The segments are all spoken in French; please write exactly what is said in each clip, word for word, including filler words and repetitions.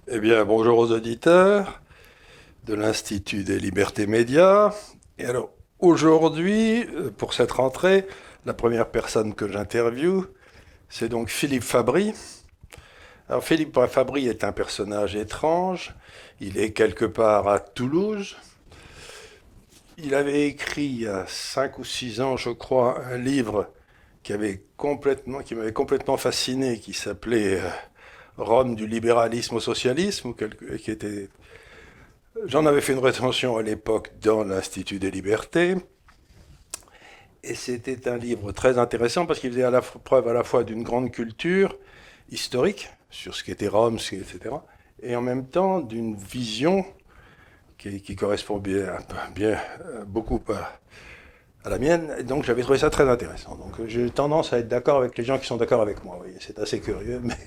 Eh bien, bonjour aux auditeurs de l'Institut des libertés médias. Et alors, aujourd'hui, euh, pour cette rentrée, la première personne que j'interviewe, c'est donc Philippe Fabry. Alors, Philippe Fabry est un personnage étrange. Il est quelque part à Toulouse. Il avait écrit il y a cinq ou six ans, je crois, un livre qui avait complètement, qui m'avait complètement fasciné, qui s'appelait euh, Rome du libéralisme au socialisme, ou quelque- qui était. J'en avais fait une rétention à l'époque dans l'Institut des libertés. Et c'était un livre très intéressant parce qu'il faisait à la f- preuve à la fois d'une grande culture historique sur ce qu'était Rome, ce- et cetera. Et en même temps d'une vision qui, qui correspond bien, bien euh, beaucoup à, à la mienne. Et donc j'avais trouvé ça très intéressant. Donc euh, j'ai tendance à être d'accord avec les gens qui sont d'accord avec moi. Vous voyez, c'est assez curieux. Mais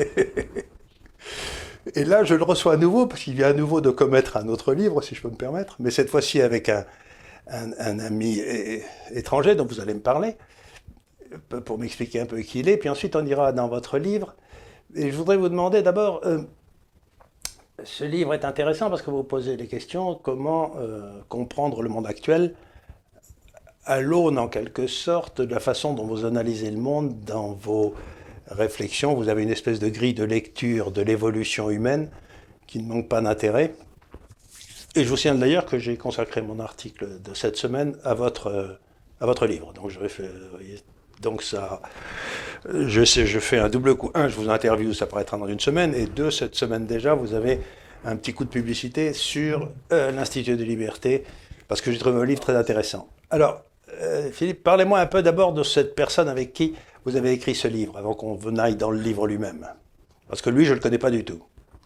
et là, je le reçois à nouveau parce qu'il vient à nouveau de commettre un autre livre, si je peux me permettre. Mais cette fois-ci avec un, un, un ami é- étranger dont vous allez me parler, pour m'expliquer un peu qui il est, puis ensuite on ira dans votre livre. Et je voudrais vous demander d'abord, euh, ce livre est intéressant parce que vous posez des questions, comment euh, comprendre le monde actuel à l'aune en quelque sorte de la façon dont vous analysez le monde dans vos réflexions. Vous avez une espèce de grille de lecture de l'évolution humaine qui ne manque pas d'intérêt. Et je vous signale d'ailleurs que j'ai consacré mon article de cette semaine à votre, euh, à votre livre. Donc je, fait, donc ça, je sais, je fais un double coup. Un, je vous interviewe, ça paraîtra dans une semaine. Et deux, cette semaine déjà, vous avez un petit coup de publicité sur euh, l'Institut de liberté, parce que j'ai trouvé un livre très intéressant. Alors, euh, Philippe, parlez-moi un peu d'abord de cette personne avec qui vous avez écrit ce livre, avant qu'on aille dans le livre lui-même. Parce que lui, je ne le connais pas du tout.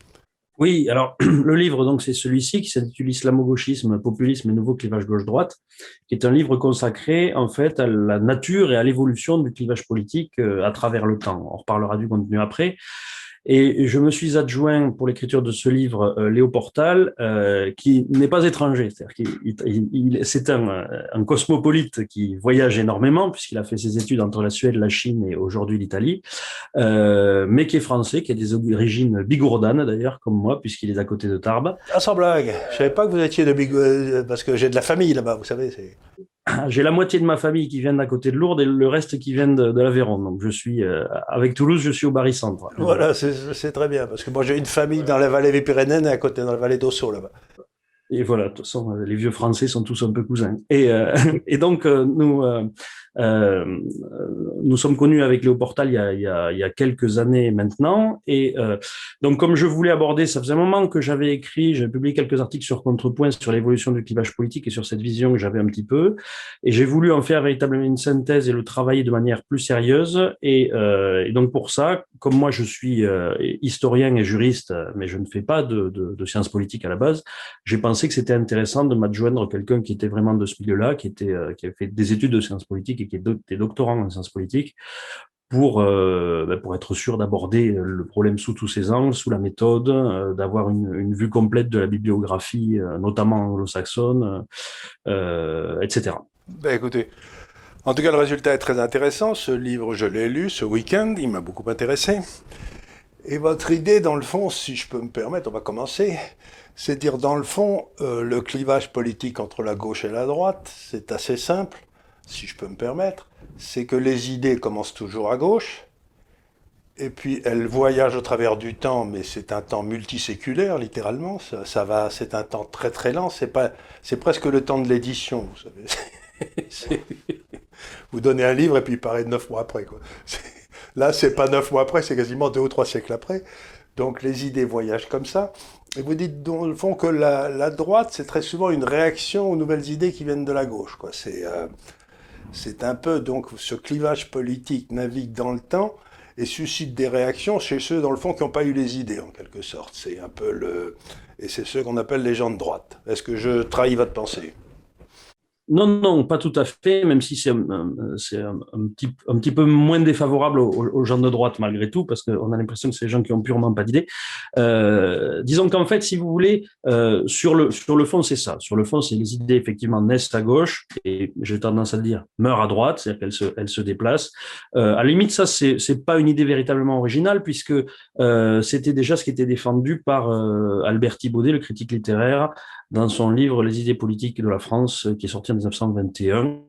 Oui, alors le livre, donc, c'est celui-ci qui s'intitule Islamo-gauchisme, populisme et nouveau clivage gauche-droite, qui est un livre consacré en fait à la nature et à l'évolution du clivage politique euh, à travers le temps. On reparlera du contenu après. Et je me suis adjoint pour l'écriture de ce livre euh, Léo Portal, euh, qui n'est pas étranger. C'est-à-dire qu'il il, il, c'est un, un cosmopolite qui voyage énormément, puisqu'il a fait ses études entre la Suède, la Chine et aujourd'hui l'Italie, euh, mais qui est français, qui a des origines bigourdanes d'ailleurs, comme moi, puisqu'il est à côté de Tarbes. Ah, sans blague. Je savais pas que vous étiez de Big... euh, parce que j'ai de la famille là-bas, vous savez. C'est... J'ai la moitié de ma famille qui vient d'à côté de Lourdes et le reste qui vient de, de l'Aveyron. Donc je suis, euh, avec Toulouse, je suis au barycentre. Voilà. Voilà, c'est, c'est très bien. Parce que moi, j'ai une famille dans la vallée des Pyrénées, et à côté, dans la vallée d'Ossau, là-bas. Et voilà, de toute façon, les vieux Français sont tous un peu cousins. Et, euh, et donc, euh, nous, euh, euh, nous sommes connus avec Léo Portal il y a, il y a, il y a quelques années maintenant. Et euh, donc, comme je voulais aborder, ça faisait un moment que j'avais écrit, j'avais publié quelques articles sur Contrepoint, sur l'évolution du clivage politique et sur cette vision que j'avais un petit peu. Et j'ai voulu en faire véritablement une synthèse et le travailler de manière plus sérieuse. Et, euh, et donc, pour ça, comme moi, je suis euh, historien et juriste, mais je ne fais pas de, de, de sciences politiques à la base, j'ai pensé que c'était intéressant de m'adjoindre quelqu'un qui était vraiment de ce milieu-là, qui était, euh, qui avait fait des études de sciences politiques et qui était doctorant en sciences politiques, pour, euh, ben, pour être sûr d'aborder le problème sous tous ses angles, sous la méthode, euh, d'avoir une, une vue complète de la bibliographie, euh, notamment anglo-saxonne, euh, et cetera. Ben écoutez, en tout cas, le résultat est très intéressant. Ce livre, je l'ai lu ce week-end, il m'a beaucoup intéressé. Et votre idée, dans le fond, si je peux me permettre, on va commencer, c'est de dire, dans le fond, euh, le clivage politique entre la gauche et la droite, c'est assez simple, si je peux me permettre. C'est que les idées commencent toujours à gauche, et puis elles voyagent au travers du temps, mais c'est un temps multiséculaire, littéralement. Ça, ça va, c'est un temps très très lent. C'est pas, c'est presque le temps de l'édition, vous savez. C'est- vous donnez un livre et puis il paraît neuf mois après, quoi. C'est- Là, c'est pas neuf mois après, c'est quasiment deux ou trois siècles après. Donc les idées voyagent comme ça. Et vous dites dans le fond que la, la droite, c'est très souvent une réaction aux nouvelles idées qui viennent de la gauche, quoi. C'est euh, c'est un peu, donc, ce clivage politique navigue dans le temps et suscite des réactions chez ceux, dans le fond, qui n'ont pas eu les idées, en quelque sorte. C'est un peu le... Et c'est ceux qu'on appelle les gens de droite. Est-ce que je trahis votre pensée? Non, non, pas tout à fait, même si c'est un, c'est un, un, petit, un petit peu moins défavorable aux, aux gens de droite malgré tout, parce qu'on a l'impression que c'est des gens qui ont purement pas d'idées. Euh, disons qu'en fait, si vous voulez, euh, sur le sur le fond, c'est ça. Sur le fond, c'est les idées effectivement naissent à gauche et j'ai tendance à le dire meurent à droite, c'est-à-dire qu'elles se elles se déplacent. Euh, à la limite, ça c'est c'est pas une idée véritablement originale puisque euh, c'était déjà ce qui était défendu par euh, Albert Thibaudet, le critique littéraire, dans son livre Les idées politiques de la France, qui est sorti en dix-neuf cent vingt et un,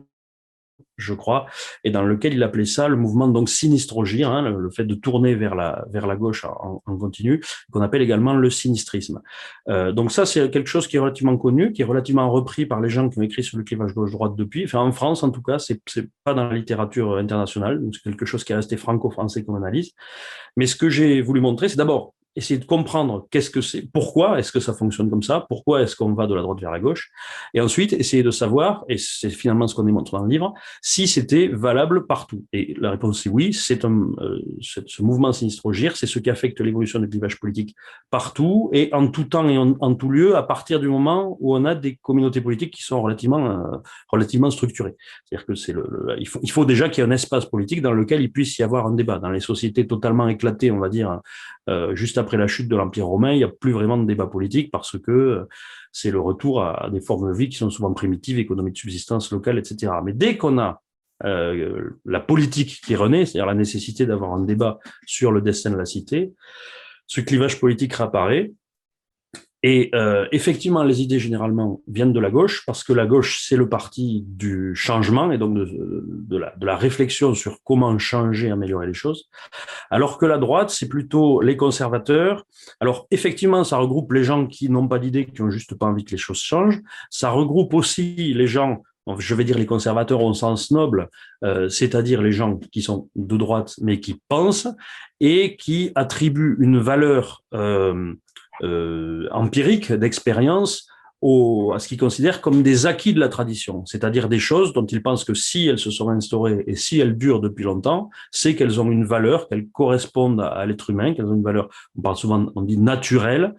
je crois, et dans lequel il appelait ça le mouvement donc sinistrogir, hein, le, le fait de tourner vers la vers la gauche en, en continu, qu'on appelle également le sinistrisme. Euh, donc ça, c'est quelque chose qui est relativement connu, qui est relativement repris par les gens qui ont écrit sur le clivage gauche-droite depuis. Enfin, en France, en tout cas, c'est c'est pas dans la littérature internationale, donc c'est quelque chose qui est resté franco-français comme analyse. Mais ce que j'ai voulu montrer, c'est d'abord essayer de comprendre qu'est-ce que c'est, pourquoi est-ce que ça fonctionne comme ça, pourquoi est-ce qu'on va de la droite vers la gauche, et ensuite essayer de savoir, et c'est finalement ce qu'on démontre dans le livre, si c'était valable partout. Et la réponse est oui, c'est un, euh, ce mouvement sinistrogir, c'est ce qui affecte l'évolution du clivage politique partout, et en tout temps et en, en tout lieu, à partir du moment où on a des communautés politiques qui sont relativement, euh, relativement structurées. C'est-à-dire que c'est le, le il, faut, il faut déjà qu'il y ait un espace politique dans lequel il puisse y avoir un débat. Dans les sociétés totalement éclatées, on va dire, euh, juste après la chute de l'Empire romain, il n'y a plus vraiment de débat politique parce que c'est le retour à des formes de vie qui sont souvent primitives, économie de subsistance locale, et cetera. Mais dès qu'on a euh, la politique qui renaît, c'est-à-dire la nécessité d'avoir un débat sur le destin de la cité, ce clivage politique réapparaît. Et euh, effectivement, les idées généralement viennent de la gauche, parce que la gauche, c'est le parti du changement et donc de, de, la, de la réflexion sur comment changer, améliorer les choses. Alors que la droite, c'est plutôt les conservateurs. Alors effectivement, ça regroupe les gens qui n'ont pas d'idées, qui ont juste pas envie que les choses changent. Ça regroupe aussi les gens, je vais dire les conservateurs au sens noble, euh, c'est-à-dire les gens qui sont de droite mais qui pensent et qui attribuent une valeur euh, euh, empirique d'expérience au, à ce qu'ils considèrent comme des acquis de la tradition, c'est-à-dire des choses dont ils pensent que si elles se sont instaurées et si elles durent depuis longtemps, c'est qu'elles ont une valeur, qu'elles correspondent à, à l'être humain, qu'elles ont une valeur, on parle souvent, on dit naturelle.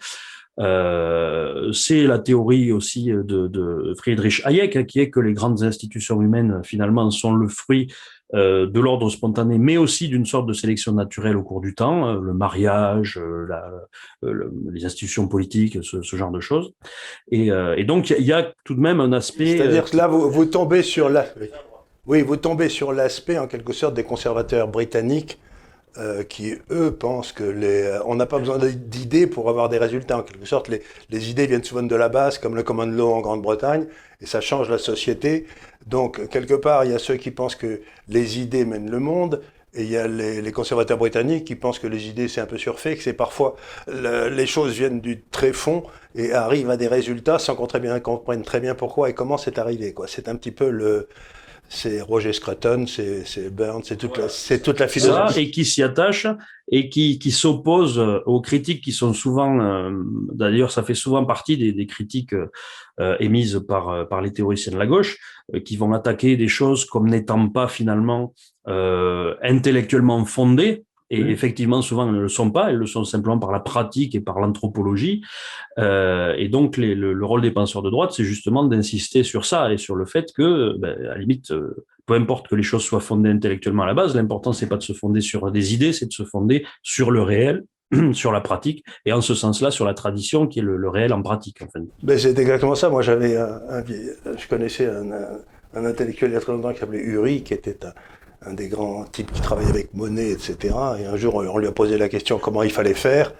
Euh, c'est la théorie aussi de, de Friedrich Hayek, qui est que les grandes institutions humaines, finalement, sont le fruit euh, de l'ordre spontané, mais aussi d'une sorte de sélection naturelle au cours du temps, euh, le mariage, euh, la, euh, le, les institutions politiques, ce, ce genre de choses. Et, euh, et donc, il y a tout de même un aspect... C'est-à-dire que là, vous, vous tombez sur la... Oui, vous tombez sur l'aspect, en quelque sorte, des conservateurs britanniques euh, qui, eux, pensent que les... on n'a pas besoin d'idées pour avoir des résultats. En quelque sorte, les, les idées viennent souvent de la base, comme le common law en Grande-Bretagne, et ça change la société. Donc, quelque part, il y a ceux qui pensent que les idées mènent le monde, et il y a les, les conservateurs britanniques qui pensent que les idées, c'est un peu surfait, que c'est parfois... Le, les choses viennent du tréfonds et arrivent à des résultats sans qu'on très bien, comprenne très bien pourquoi et comment c'est arrivé, quoi. C'est un petit peu le... C'est Roger Scruton, c'est, c'est Burns, c'est toute, la, c'est toute la philosophie. Ça, et qui s'y attache et qui, qui s'oppose aux critiques qui sont souvent, euh, d'ailleurs, ça fait souvent partie des, des critiques euh, émises par, par les théoriciens de la gauche, euh, qui vont attaquer des choses comme n'étant pas finalement euh, intellectuellement fondées. Et mmh. effectivement, souvent, elles ne le sont pas, elles le sont simplement par la pratique et par l'anthropologie. Euh, et donc, les, le, le rôle des penseurs de droite, c'est justement d'insister sur ça et sur le fait que, ben, à la limite, euh, peu importe que les choses soient fondées intellectuellement à la base, l'important, c'est pas de se fonder sur des idées, c'est de se fonder sur le réel, sur la pratique, et en ce sens-là, sur la tradition, qui est le, le réel en pratique, en fait. Ben, c'est exactement ça. Moi, j'avais un, un je connaissais un, un, un intellectuel il y a très longtemps qui s'appelait Uri, qui était un un des grands types qui travaillait avec Monet, et cetera. Et un jour, on lui a posé la question comment il fallait faire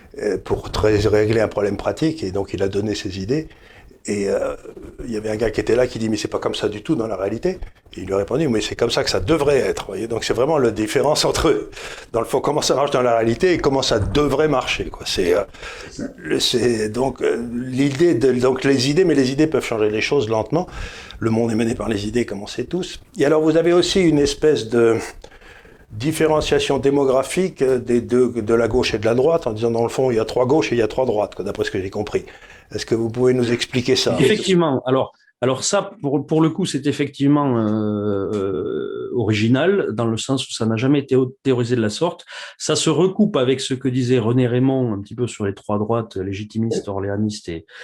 pour régler un problème pratique, et donc il a donné ses idées. Et euh, il y avait un gars qui était là qui dit mais c'est pas comme ça du tout dans la réalité. Et il lui a répondu mais c'est comme ça que ça devrait être. Vous voyez, donc c'est vraiment la différence entre dans le fond comment ça marche dans la réalité et comment ça devrait marcher, quoi. C'est, euh, c'est donc euh, l'idée de donc les idées, mais les idées peuvent changer les choses lentement. Le monde est mené par les idées, comme on sait tous. Et alors vous avez aussi une espèce de différenciation démographique des deux, de la gauche et de la droite, en disant dans le fond il y a trois gauches et il y a trois droites, quoi, d'après ce que j'ai compris. Est-ce que vous pouvez nous expliquer ça? Effectivement. Alors, alors ça, pour, pour le coup, c'est effectivement euh, euh, original, dans le sens où ça n'a jamais été théorisé de la sorte. Ça se recoupe avec ce que disait René Raymond, un petit peu sur les trois droites, légitimistes, orléanistes et,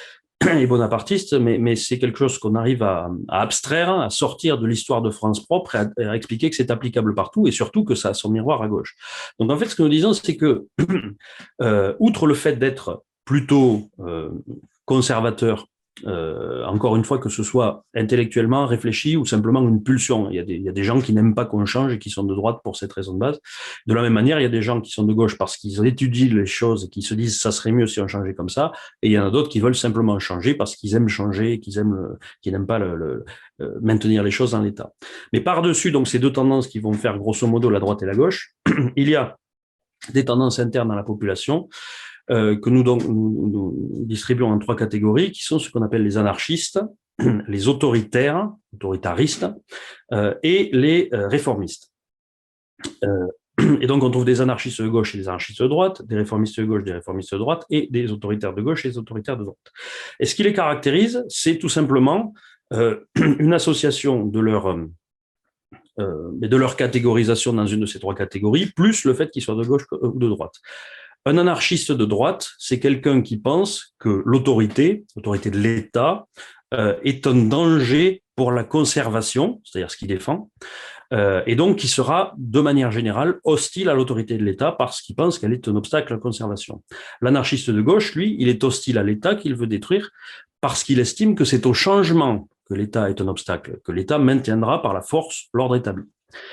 et bonapartiste, mais, mais c'est quelque chose qu'on arrive à, à abstraire, à sortir de l'histoire de France propre et à, à expliquer que c'est applicable partout et surtout que ça a son miroir à gauche. Donc en fait, ce que nous disons, c'est que, euh, outre le fait d'être plutôt euh, conservateur, Euh, encore une fois, que ce soit intellectuellement réfléchi ou simplement une pulsion. Il y a des, il y a des gens qui n'aiment pas qu'on change et qui sont de droite pour cette raison de base. De la même manière, il y a des gens qui sont de gauche parce qu'ils étudient les choses et qui se disent ça serait mieux si on changeait comme ça. Et il y en a d'autres qui veulent simplement changer parce qu'ils aiment changer, qu'ils aiment, le, qu'ils n'aiment pas le, le, le, maintenir les choses en l'état. Mais par-dessus, donc, ces deux tendances qui vont faire grosso modo la droite et la gauche, il y a des tendances internes dans la population. Euh, que nous, donc, nous, nous distribuons en trois catégories, qui sont ce qu'on appelle les anarchistes, les autoritaires, autoritaristes, euh, et les euh, réformistes. Euh, et donc, on trouve des anarchistes de gauche et des anarchistes de droite, des réformistes de gauche, des réformistes de droite, et des autoritaires de gauche et des autoritaires de droite. Et ce qui les caractérise, c'est tout simplement euh, une association de leur... Euh, de leur catégorisation dans une de ces trois catégories, plus le fait qu'ils soient de gauche ou de droite. Un anarchiste de droite, c'est quelqu'un qui pense que l'autorité, l'autorité de l'État, euh, est un danger pour la conservation, c'est-à-dire ce qu'il défend, euh, et donc qui sera de manière générale hostile à l'autorité de l'État parce qu'il pense qu'elle est un obstacle à la conservation. L'anarchiste de gauche, lui, il est hostile à l'État qu'il veut détruire parce qu'il estime que c'est au changement que l'État est un obstacle, que l'État maintiendra par la force l'ordre établi.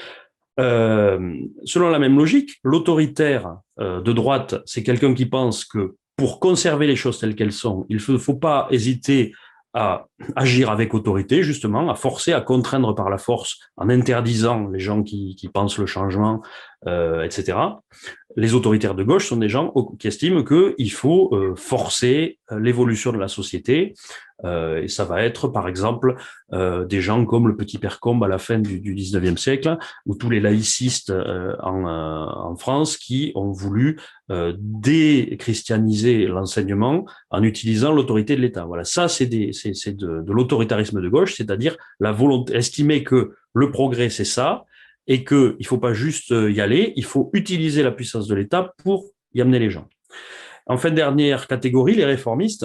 Euh, selon la même logique, l'autoritaire euh, de droite, c'est quelqu'un qui pense que pour conserver les choses telles qu'elles sont, il ne faut pas hésiter à agir avec autorité, justement, à forcer, à contraindre par la force, en interdisant les gens qui, qui pensent le changement, euh, et cetera. Les autoritaires de gauche sont des gens qui estiment qu'il faut euh, forcer l'évolution de la société, euh, et ça va être, par exemple, euh, des gens comme le petit père Combes à la fin du, du dix-neuvième siècle, ou tous les laïcistes euh, en, euh, en France qui ont voulu euh, déchristianiser l'enseignement en utilisant l'autorité de l'État. Voilà, ça c'est, des, c'est, c'est de, de l'autoritarisme de gauche, c'est-à-dire la volonté, estimer que le progrès c'est ça, et qu'il ne faut pas juste y aller, il faut utiliser la puissance de l'État pour y amener les gens. En fin de dernière catégorie, les réformistes,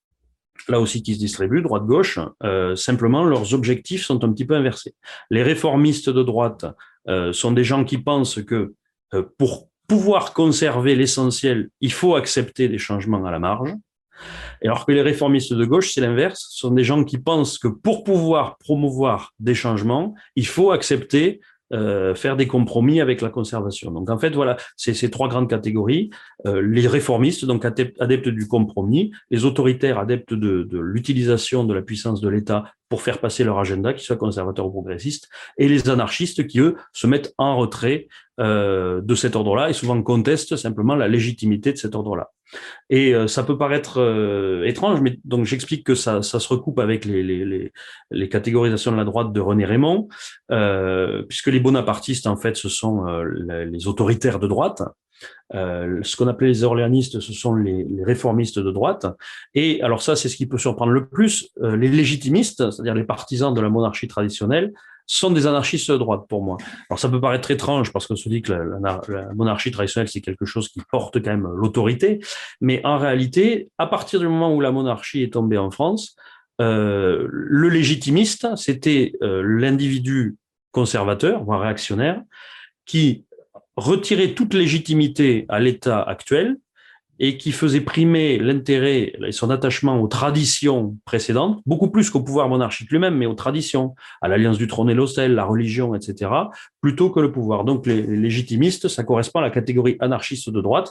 là aussi qui se distribuent, droite-gauche, euh, simplement leurs objectifs sont un petit peu inversés. Les réformistes de droite euh, sont des gens qui pensent que euh, pour pouvoir conserver l'essentiel, il faut accepter des changements à la marge. Et alors que les réformistes de gauche, c'est l'inverse, ce sont des gens qui pensent que pour pouvoir promouvoir des changements, il faut accepter Euh, faire des compromis avec la conservation. Donc en fait, voilà, c'est ces trois grandes catégories. Euh, les réformistes, donc adeptes du compromis, les autoritaires, adeptes de, de l'utilisation de la puissance de l'État pour faire passer leur agenda, qu'ils soient conservateurs ou progressistes, et les anarchistes qui, eux, se mettent en retrait euh, de cet ordre-là et souvent contestent simplement la légitimité de cet ordre-là. Et euh, ça peut paraître euh, étrange, mais donc j'explique que ça, ça se recoupe avec les, les, les, les catégorisations de la droite de René Raymond, euh, puisque les bonapartistes, en fait, ce sont euh, les autoritaires de droite. Euh, ce qu'on appelait les orléanistes, ce sont les, les réformistes de droite. Et alors ça, c'est ce qui peut surprendre le plus. Euh, les légitimistes, c'est-à-dire les partisans de la monarchie traditionnelle, sont des anarchistes de droite pour moi. Alors ça peut paraître étrange parce qu'on se dit que la, la, la monarchie traditionnelle, c'est quelque chose qui porte quand même l'autorité. Mais en réalité, à partir du moment où la monarchie est tombée en France, euh, le légitimiste, c'était euh, l'individu conservateur, voire réactionnaire, qui retirer toute légitimité à l'État actuel et qui faisait primer l'intérêt et son attachement aux traditions précédentes, beaucoup plus qu'au pouvoir monarchique lui-même, mais aux traditions, à l'alliance du trône et l'autel, la religion, et cetera, plutôt que le pouvoir. Donc les, les légitimistes, ça correspond à la catégorie anarchiste de droite.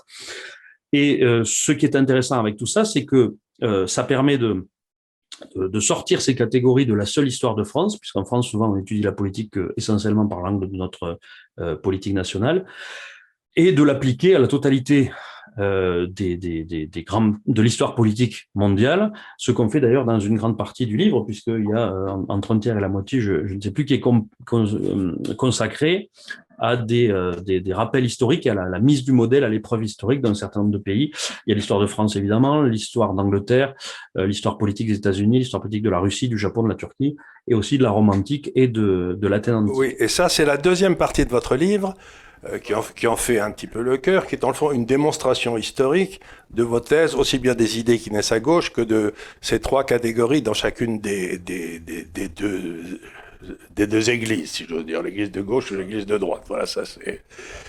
Et euh, ce qui est intéressant avec tout ça, c'est que euh, ça permet de de sortir ces catégories de la seule histoire de France, puisqu'en France, souvent, on étudie la politique essentiellement par l'angle de notre euh, politique nationale, et de l'appliquer à la totalité euh, des, des, des, des grands, de l'histoire politique mondiale, ce qu'on fait d'ailleurs dans une grande partie du livre, puisqu'il y a euh, entre un tiers et la moitié, je, je ne sais plus, qui est com, con, euh, consacré à des, euh, des, des rappels historiques et à la, la mise du modèle à l'épreuve historique d'un certain nombre de pays. Il y a l'histoire de France, évidemment, l'histoire d'Angleterre, euh, l'histoire politique des États-Unis, l'histoire politique de la Russie, du Japon, de la Turquie, et aussi de la Rome antique et de, de l'Athènes antique. Oui, et ça, c'est la deuxième partie de votre livre. euh, qui, en, qui en fait un petit peu le cœur, qui est dans le fond une démonstration historique de vos thèses, aussi bien des idées qui naissent à gauche que de ces trois catégories dans chacune des, des, des, des deux des deux églises, si j'ose dire, l'église de gauche ou l'église de droite. Voilà, ça c'est.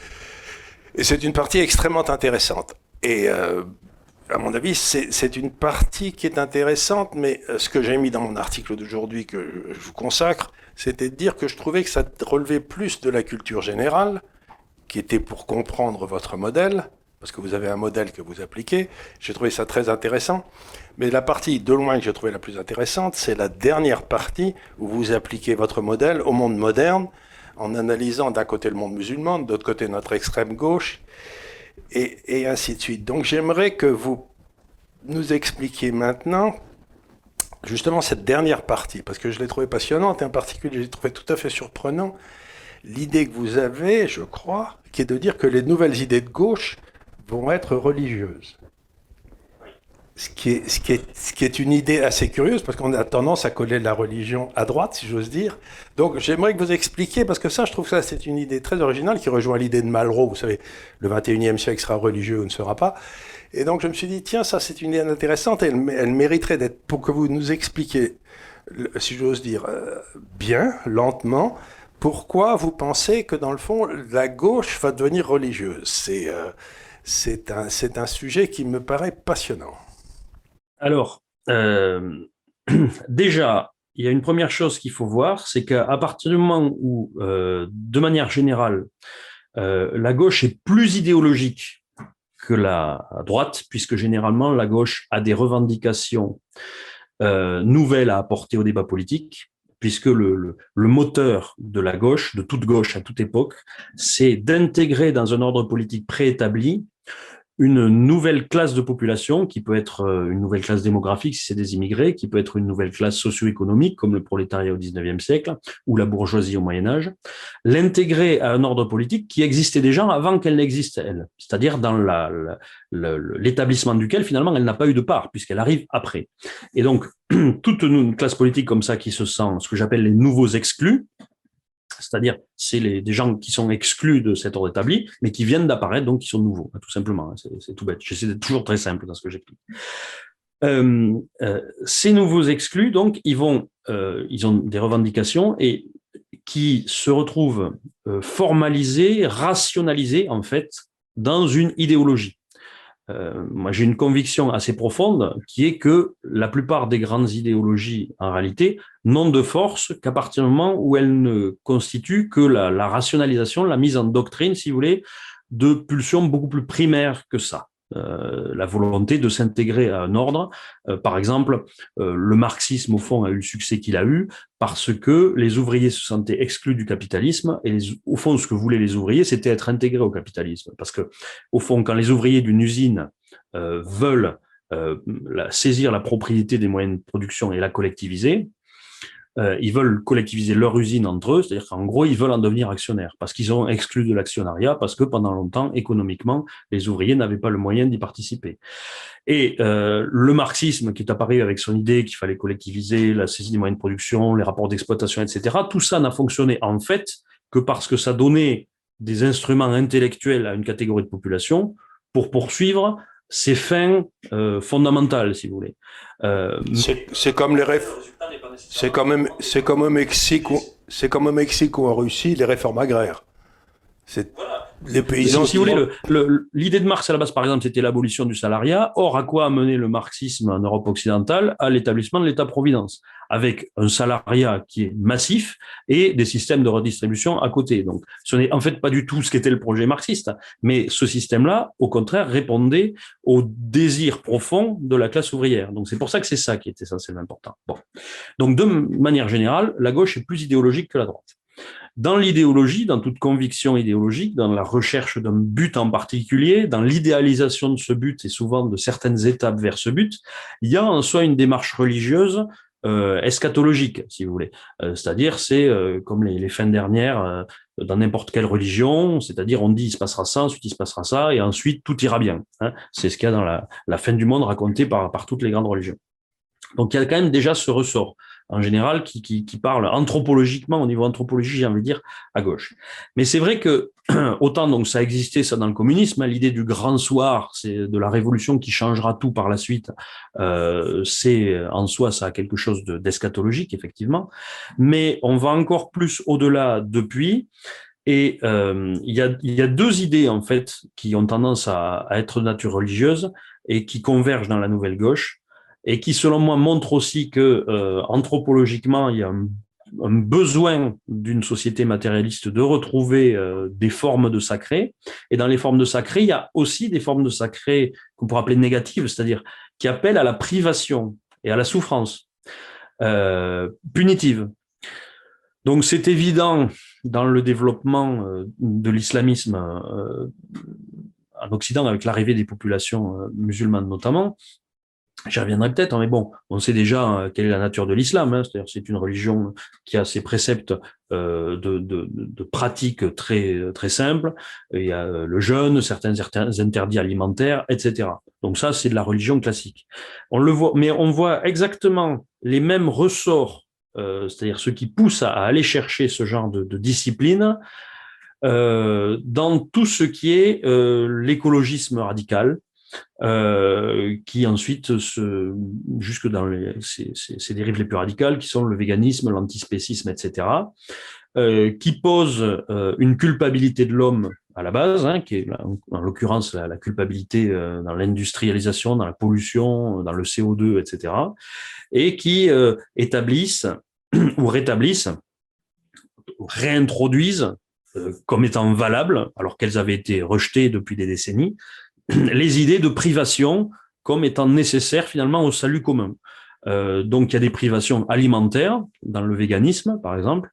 Et c'est une partie extrêmement intéressante. Et euh, à mon avis, c'est, c'est une partie qui est intéressante, mais ce que j'ai mis dans mon article d'aujourd'hui que je vous consacre, c'était de dire que je trouvais que ça relevait plus de la culture générale, qui était pour comprendre votre modèle, parce que vous avez un modèle que vous appliquez. J'ai trouvé ça très intéressant. Mais la partie de loin que j'ai trouvé la plus intéressante, c'est la dernière partie où vous appliquez votre modèle au monde moderne, en analysant d'un côté le monde musulman, de l'autre côté notre extrême gauche, et, et ainsi de suite. Donc j'aimerais que vous nous expliquiez maintenant justement cette dernière partie, parce que je l'ai trouvée passionnante, et en particulier je l'ai trouvé tout à fait surprenant, l'idée que vous avez, je crois, qui est de dire que les nouvelles idées de gauche vont être religieuses. Ce qui, est, ce, qui est, ce qui est une idée assez curieuse, parce qu'on a tendance à coller la religion à droite, si j'ose dire. Donc j'aimerais que vous expliquiez, parce que ça, je trouve que ça, c'est une idée très originale, qui rejoint l'idée de Malraux, vous savez, le vingt et unième siècle sera religieux ou ne sera pas. Et donc je me suis dit, tiens, ça c'est une idée intéressante, et elle, elle mériterait d'être, pour que vous nous expliquiez, si j'ose dire, euh, bien, lentement, pourquoi vous pensez que dans le fond, la gauche va devenir religieuse. C'est, euh, c'est, un, c'est un sujet qui me paraît passionnant. Alors, euh, déjà, il y a une première chose qu'il faut voir, c'est qu'à partir du moment où, euh, de manière générale, euh, la gauche est plus idéologique que la droite, puisque généralement la gauche a des revendications euh, nouvelles à apporter au débat politique, puisque le, le, le moteur de la gauche, de toute gauche à toute époque, c'est d'intégrer dans un ordre politique préétabli une nouvelle classe de population qui peut être une nouvelle classe démographique si c'est des immigrés, qui peut être une nouvelle classe socio-économique comme le prolétariat au dix-neuvième siècle ou la bourgeoisie au Moyen-Âge, l'intégrer à un ordre politique qui existait déjà avant qu'elle n'existe elle, c'est-à-dire dans la, la, l'établissement duquel finalement elle n'a pas eu de part puisqu'elle arrive après. Et donc toute une classe politique comme ça qui se sent ce que j'appelle les nouveaux exclus, c'est-à-dire c'est les, des gens qui sont exclus de cet ordre établi, mais qui viennent d'apparaître, donc qui sont nouveaux, tout simplement. C'est, c'est tout bête. J'essaie d'être toujours très simple dans ce que j'explique. Euh, euh, ces nouveaux exclus, donc, ils vont, euh, ils ont des revendications et qui se retrouvent euh, formalisées, rationalisées, en fait, dans une idéologie. Euh, moi, j'ai une conviction assez profonde qui est que la plupart des grandes idéologies, en réalité, n'ont de force qu'à partir du moment où elles ne constituent que la, la rationalisation, la mise en doctrine, si vous voulez, de pulsions beaucoup plus primaires que ça. Euh, la volonté de s'intégrer à un ordre. Euh, par exemple, euh, le marxisme, au fond, a eu le succès qu'il a eu parce que les ouvriers se sentaient exclus du capitalisme et les, au fond, ce que voulaient les ouvriers, c'était être intégrés au capitalisme. Parce que, au fond, quand les ouvriers d'une usine euh, veulent euh, la, saisir la propriété des moyens de production et la collectiviser, Euh, ils veulent collectiviser leur usine entre eux, c'est-à-dire qu'en gros, ils veulent en devenir actionnaires, parce qu'ils ont exclu de l'actionnariat, parce que pendant longtemps, économiquement, les ouvriers n'avaient pas le moyen d'y participer. Et euh, le marxisme, qui est apparu avec son idée qu'il fallait collectiviser la saisie des moyens de production, les rapports d'exploitation, et cetera, tout ça n'a fonctionné en fait que parce que ça donnait des instruments intellectuels à une catégorie de population pour poursuivre ses fins euh, fondamentales, si vous voulez. Euh, c'est, c'est comme les réf... c'est comme même, c'est comme au Mexique, ou... c'est comme au Mexique ou en Russie, les réformes agraires. C'est voilà. Les paysans. Si, si vous voulez, le, le, l'idée de Marx à la base, par exemple, c'était l'abolition du salariat. Or, à quoi a mené le marxisme en Europe occidentale? À l'établissement de l'État-providence, avec un salariat qui est massif et des systèmes de redistribution à côté. Donc, ce n'est en fait pas du tout ce qu'était le projet marxiste, mais ce système-là, au contraire, répondait au désir profond de la classe ouvrière. Donc, c'est pour ça que c'est ça qui est essentiellement important. Bon. Donc, de manière générale, la gauche est plus idéologique que la droite. Dans l'idéologie, dans toute conviction idéologique, dans la recherche d'un but en particulier, dans l'idéalisation de ce but et souvent de certaines étapes vers ce but, il y a en soi une démarche religieuse euh, eschatologique, si vous voulez. Euh, c'est-à-dire, c'est euh, comme les, les fins dernières euh, dans n'importe quelle religion, c'est-à-dire on dit il se passera ça, ensuite il se passera ça, et ensuite tout ira bien. Hein. C'est ce qu'il y a dans la, la fin du monde raconté par, par toutes les grandes religions. Donc il y a quand même déjà ce ressort en général, qui, qui, qui parle anthropologiquement, au niveau anthropologie, j'ai envie de dire, à gauche. Mais c'est vrai que, autant donc ça existait ça dans le communisme, hein, l'idée du grand soir, c'est de la révolution qui changera tout par la suite, euh, c'est en soi, ça a quelque chose de, d'eschatologique, effectivement. Mais on va encore plus au-delà depuis. Et euh, il y a, il y a deux idées, en fait, qui ont tendance à, à être de nature religieuse et qui convergent dans la nouvelle gauche et qui, selon moi, montrent aussi que, euh, anthropologiquement, il y a un, un besoin d'une société matérialiste de retrouver euh, des formes de sacré. Et dans les formes de sacré, il y a aussi des formes de sacré qu'on pourrait appeler négatives, c'est-à-dire qui appellent à la privation et à la souffrance euh, punitive. Donc, c'est évident dans le développement de l'islamisme en Occident, avec l'arrivée des populations musulmanes notamment. J'y reviendrai peut-être, mais bon, on sait déjà quelle est la nature de l'islam. Hein, c'est-à-dire, c'est une religion qui a ses préceptes euh, de, de, de pratiques très très simples. Il y a le jeûne, certains interdits alimentaires, et cetera. Donc ça, c'est de la religion classique. On le voit, mais on voit exactement les mêmes ressorts. Euh, c'est-à-dire ceux qui poussent à, à aller chercher ce genre de, de discipline euh, dans tout ce qui est euh, l'écologisme radical, euh, qui ensuite se jusque dans les, ces, ces, ces dérives les plus radicales, qui sont le véganisme, l'antispécisme, et cetera, euh, qui posent euh, une culpabilité de l'homme à la base, hein, qui est en l'occurrence la, la culpabilité euh, dans l'industrialisation, dans la pollution, dans le C O deux, et cetera, et qui euh, établissent ou rétablissent, réintroduisent euh, comme étant valables, alors qu'elles avaient été rejetées depuis des décennies, les idées de privation comme étant nécessaires finalement au salut commun. Euh, donc il y a des privations alimentaires dans le véganisme, par exemple,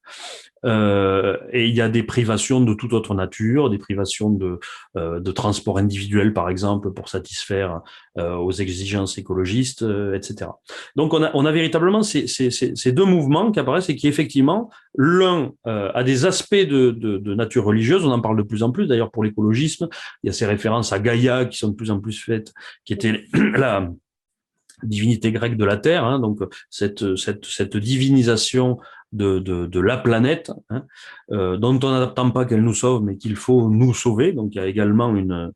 euh, et il y a des privations de toute autre nature, des privations de, euh, de transport individuel, par exemple, pour satisfaire euh, aux exigences écologistes, euh, et cetera. Donc on a, on a véritablement ces, ces, ces deux mouvements qui apparaissent et qui effectivement, l'un euh, a des aspects de, de, de nature religieuse, on en parle de plus en plus, d'ailleurs pour l'écologisme, il y a ces références à Gaïa qui sont de plus en plus faites, qui était la divinité grecque de la Terre, hein, donc cette, cette, cette divinisation de, de, de la planète, hein, euh, dont on n'attend pas qu'elle nous sauve, mais qu'il faut nous sauver. Donc il y a également une,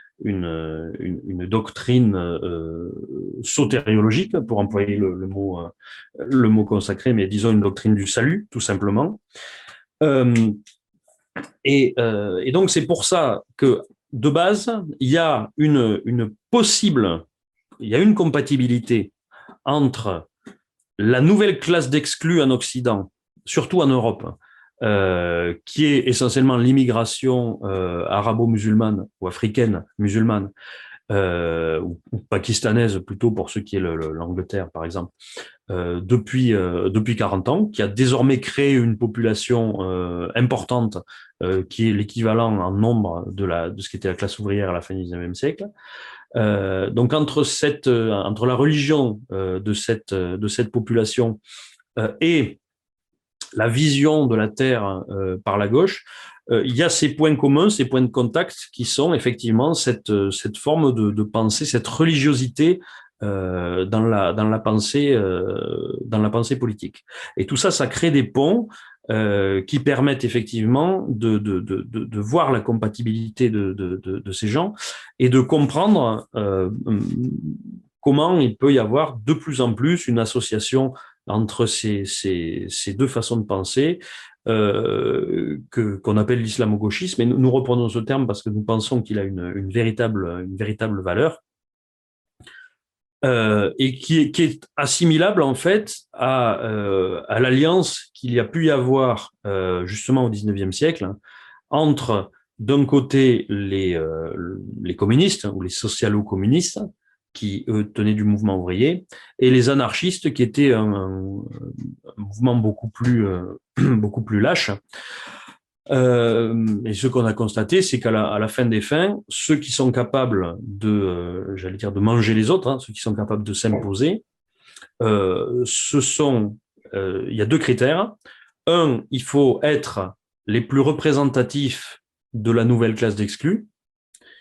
une, une, une doctrine euh, sotériologique, pour employer le, le, mot, euh, le mot consacré, mais disons une doctrine du salut, tout simplement. Euh, et, euh, et donc c'est pour ça que, de base, il y a une, une possible... il y a une compatibilité entre la nouvelle classe d'exclus en Occident, surtout en Europe, euh, qui est essentiellement l'immigration euh, arabo-musulmane ou africaine musulmane, euh, ou, ou pakistanaise plutôt pour ce qui est le, le, l'Angleterre par exemple, euh, depuis euh, depuis quarante ans, qui a désormais créé une population euh, importante euh, qui est l'équivalent en nombre de la de ce qui était la classe ouvrière à la fin du dix-neuvième siècle. Euh, donc entre cette euh, entre la religion euh, de cette de cette population euh, et la vision de la terre euh, par la gauche, euh, il y a ces points communs, ces points de contact qui sont effectivement cette cette forme de, de pensée, cette religiosité euh, dans la dans la pensée euh, dans la pensée politique. Et tout ça, ça crée des ponts Euh, qui permettent effectivement de, de, de, de voir la compatibilité de, de, de, de ces gens et de comprendre euh, comment il peut y avoir de plus en plus une association entre ces, ces, ces deux façons de penser euh, que, qu'on appelle l'islamo-gauchisme. Et nous, nous reprenons ce terme parce que nous pensons qu'il a une, une, véritable, une véritable valeur. Euh, et qui est, qui est assimilable en fait à, euh, à l'alliance qu'il y a pu y avoir euh, justement au dix-neuvième siècle hein, entre d'un côté les, euh, les communistes ou les socialo-communistes qui eux tenaient du mouvement ouvrier et les anarchistes qui étaient un, un, un mouvement beaucoup plus euh, beaucoup plus lâche. Euh, et ce qu'on a constaté, c'est qu'à la, à la fin des fins, ceux qui sont capables de, euh, j'allais dire, de manger les autres, hein, ceux qui sont capables de s'imposer, euh, ce sont, euh, il y a deux critères. Un, il faut être les plus représentatifs de la nouvelle classe d'exclus.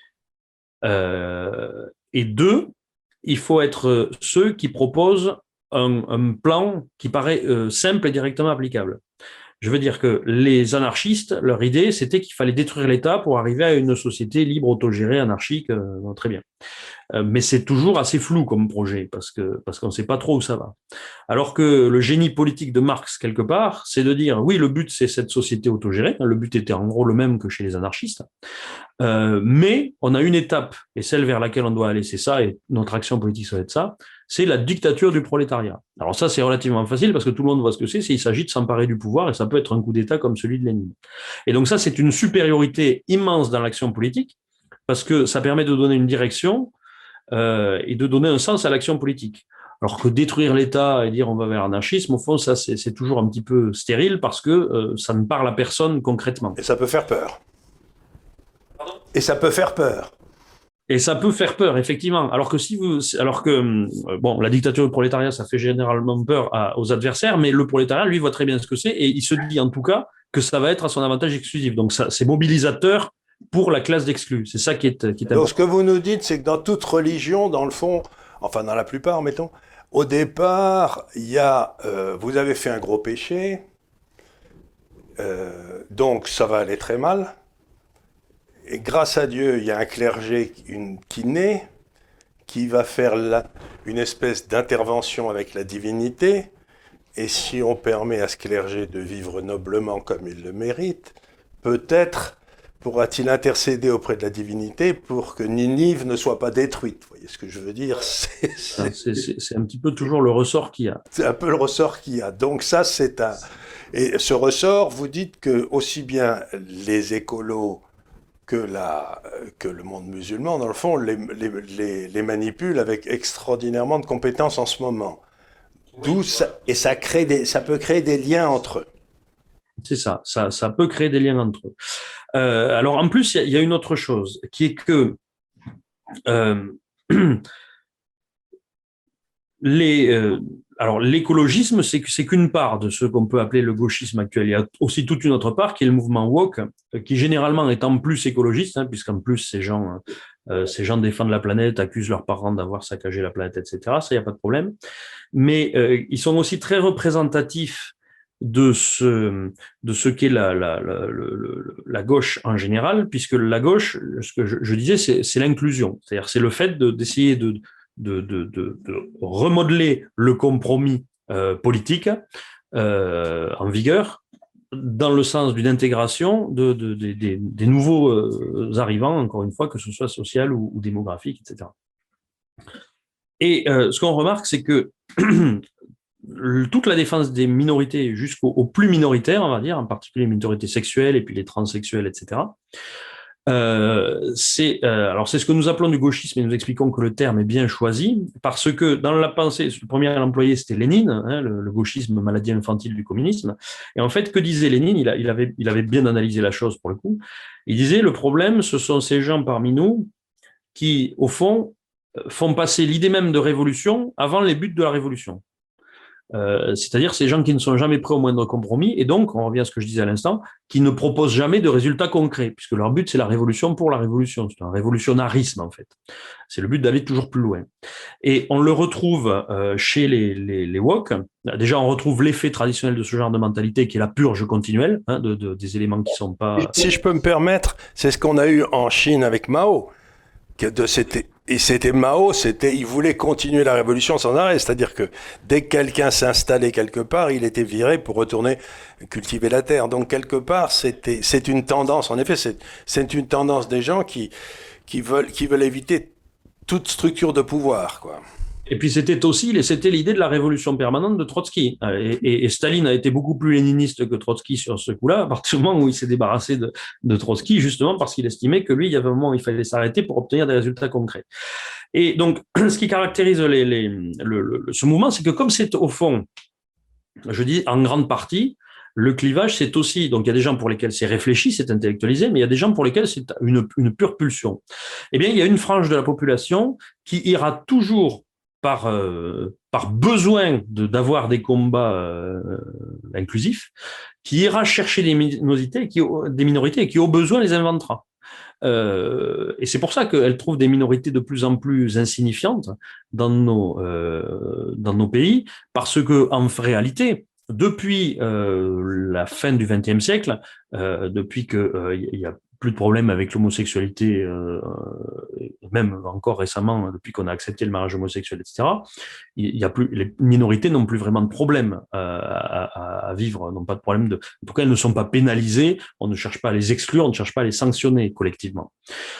Euh, et deux, il faut être ceux qui proposent un, un plan qui paraît euh, simple et directement applicable. Je veux dire que les anarchistes, leur idée, c'était qu'il fallait détruire l'État pour arriver à une société libre, autogérée, anarchique. Euh, bon, très bien. Euh, mais c'est toujours assez flou comme projet parce que parce qu'on ne sait pas trop où ça va. Alors que le génie politique de Marx, quelque part, c'est de dire oui, le but c'est cette société autogérée. Le but était en gros le même que chez les anarchistes. Euh, mais on a une étape, et celle vers laquelle on doit aller, c'est ça, et notre action politique, ça va être ça, c'est la dictature du prolétariat. Alors ça, c'est relativement facile parce que tout le monde voit ce que c'est, c'est il s'agit de s'emparer du pouvoir, et ça peut être un coup d'État comme celui de Lénine. Et donc ça, c'est une supériorité immense dans l'action politique, parce que ça permet de donner une direction euh, et de donner un sens à l'action politique. Alors que détruire l'État et dire on va vers l'anarchisme, au fond, ça, c'est, c'est toujours un petit peu stérile parce que euh, ça ne parle à personne concrètement. Et ça peut faire peur. Et ça peut faire peur. Et ça peut faire peur, effectivement. Alors que si vous, alors que bon, la dictature du prolétariat, ça fait généralement peur à, aux adversaires, mais le prolétariat, lui, voit très bien ce que c'est et il se dit en tout cas que ça va être à son avantage exclusif. Donc ça, c'est mobilisateur pour la classe d'exclus. C'est ça qui est, qui est Donc ce que vous nous dites, c'est que dans toute religion, dans le fond, enfin dans la plupart, mettons, au départ, il y a, euh, vous avez fait un gros péché, euh, donc ça va aller très mal. Et grâce à Dieu, il y a un clergé une, qui naît, qui va faire la, une espèce d'intervention avec la divinité. Et si on permet à ce clergé de vivre noblement comme il le mérite, peut-être pourra-t-il intercéder auprès de la divinité pour que Ninive ne soit pas détruite. Vous voyez ce que je veux dire? C'est, c'est... C'est, c'est, c'est un petit peu toujours le ressort qu'il y a. C'est un peu le ressort qu'il y a. Donc ça, c'est un... Et ce ressort, vous dites que aussi bien les écolos que, la, que le monde musulman, dans le fond, les, les, les, les manipule avec extraordinairement de compétences en ce moment. D'où ça, et ça, crée des, ça peut créer des liens entre eux. C'est ça, ça, ça peut créer des liens entre eux. Euh, alors en plus, il y, y a une autre chose, qui est que euh, les... Euh, alors l'écologisme, c'est, c'est qu'une part de ce qu'on peut appeler le gauchisme actuel. Il y a aussi toute une autre part qui est le mouvement woke, qui généralement est en plus écologiste, hein, puisqu'en plus ces gens, euh, ces gens défendent la planète, accusent leurs parents d'avoir saccagé la planète, et cetera. Ça, il n'y a pas de problème. Mais euh, ils sont aussi très représentatifs de ce, de ce qu'est la, la, la, la, la gauche en général, puisque la gauche, ce que je, je disais, c'est, c'est l'inclusion. C'est-à-dire c'est le fait de, d'essayer de De, de, de, de remodeler le compromis euh, politique euh, en vigueur dans le sens d'une intégration de, de, de, de, des nouveaux euh, arrivants, encore une fois, que ce soit social ou, ou démographique, et cetera. Et euh, ce qu'on remarque, c'est que toute la défense des minorités jusqu'aux plus minoritaires, on va dire, en particulier les minorités sexuelles et puis les transsexuels, et cetera, Euh, c'est euh, alors c'est ce que nous appelons du gauchisme et nous expliquons que le terme est bien choisi parce que dans la pensée, le premier à l'employer c'était Lénine, hein, le, le gauchisme, maladie infantile du communisme. Et en fait, que disait Lénine? Il, a, il avait il avait bien analysé la chose pour le coup. Il disait le problème, ce sont ces gens parmi nous qui, au fond, font passer l'idée même de révolution avant les buts de la révolution. Euh, c'est-à-dire ces gens qui ne sont jamais prêts au moindre compromis et donc, on revient à ce que je disais à l'instant, qui ne proposent jamais de résultats concrets, puisque leur but c'est la révolution pour la révolution, c'est un révolutionnarisme en fait. C'est le but d'aller toujours plus loin. Et on le retrouve euh, chez les, les, les woke. Déjà, on retrouve l'effet traditionnel de ce genre de mentalité qui est la purge continuelle, hein, de, de, des éléments qui sont pas... Si je peux me permettre, c'est ce qu'on a eu en Chine avec Mao. Que de, c'était, et c'était Mao, c'était, il voulait continuer la révolution sans arrêt. C'est-à-dire que dès que quelqu'un s'installait quelque part, il était viré pour retourner cultiver la terre. Donc quelque part, c'était, c'est une tendance. En effet, c'est, c'est une tendance des gens qui, qui veulent, qui veulent éviter toute structure de pouvoir, quoi. Et puis c'était aussi c'était l'idée de la révolution permanente de Trotsky. Et, et, et Staline a été beaucoup plus léniniste que Trotsky sur ce coup-là, à partir du moment où il s'est débarrassé de, de Trotsky, justement parce qu'il estimait que lui, il y avait un moment où il fallait s'arrêter pour obtenir des résultats concrets. Et donc, ce qui caractérise les, les, le, le, ce mouvement, c'est que comme c'est au fond, je dis en grande partie, le clivage, c'est aussi, donc il y a des gens pour lesquels c'est réfléchi, c'est intellectualisé, mais il y a des gens pour lesquels c'est une, une pure pulsion. Eh bien, il y a une frange de la population qui ira toujours par euh, par besoin de d'avoir des combats euh, inclusifs, qui ira chercher des minorités qui des minorités et qui au besoin les inventera. Euh, et c'est pour ça qu'elle trouve des minorités de plus en plus insignifiantes dans nos, euh, dans nos pays, parce que en réalité, depuis euh, la fin du vingtième siècle, euh, depuis qu'il euh, y a plus de problèmes avec l'homosexualité, euh, même encore récemment, depuis qu'on a accepté le mariage homosexuel, et cetera, il y a plus, les minorités n'ont plus vraiment de problème euh, à, à, à vivre, n'ont pas de problème de, en tout cas, elles ne sont pas pénalisées, on ne cherche pas à les exclure, on ne cherche pas à les sanctionner collectivement.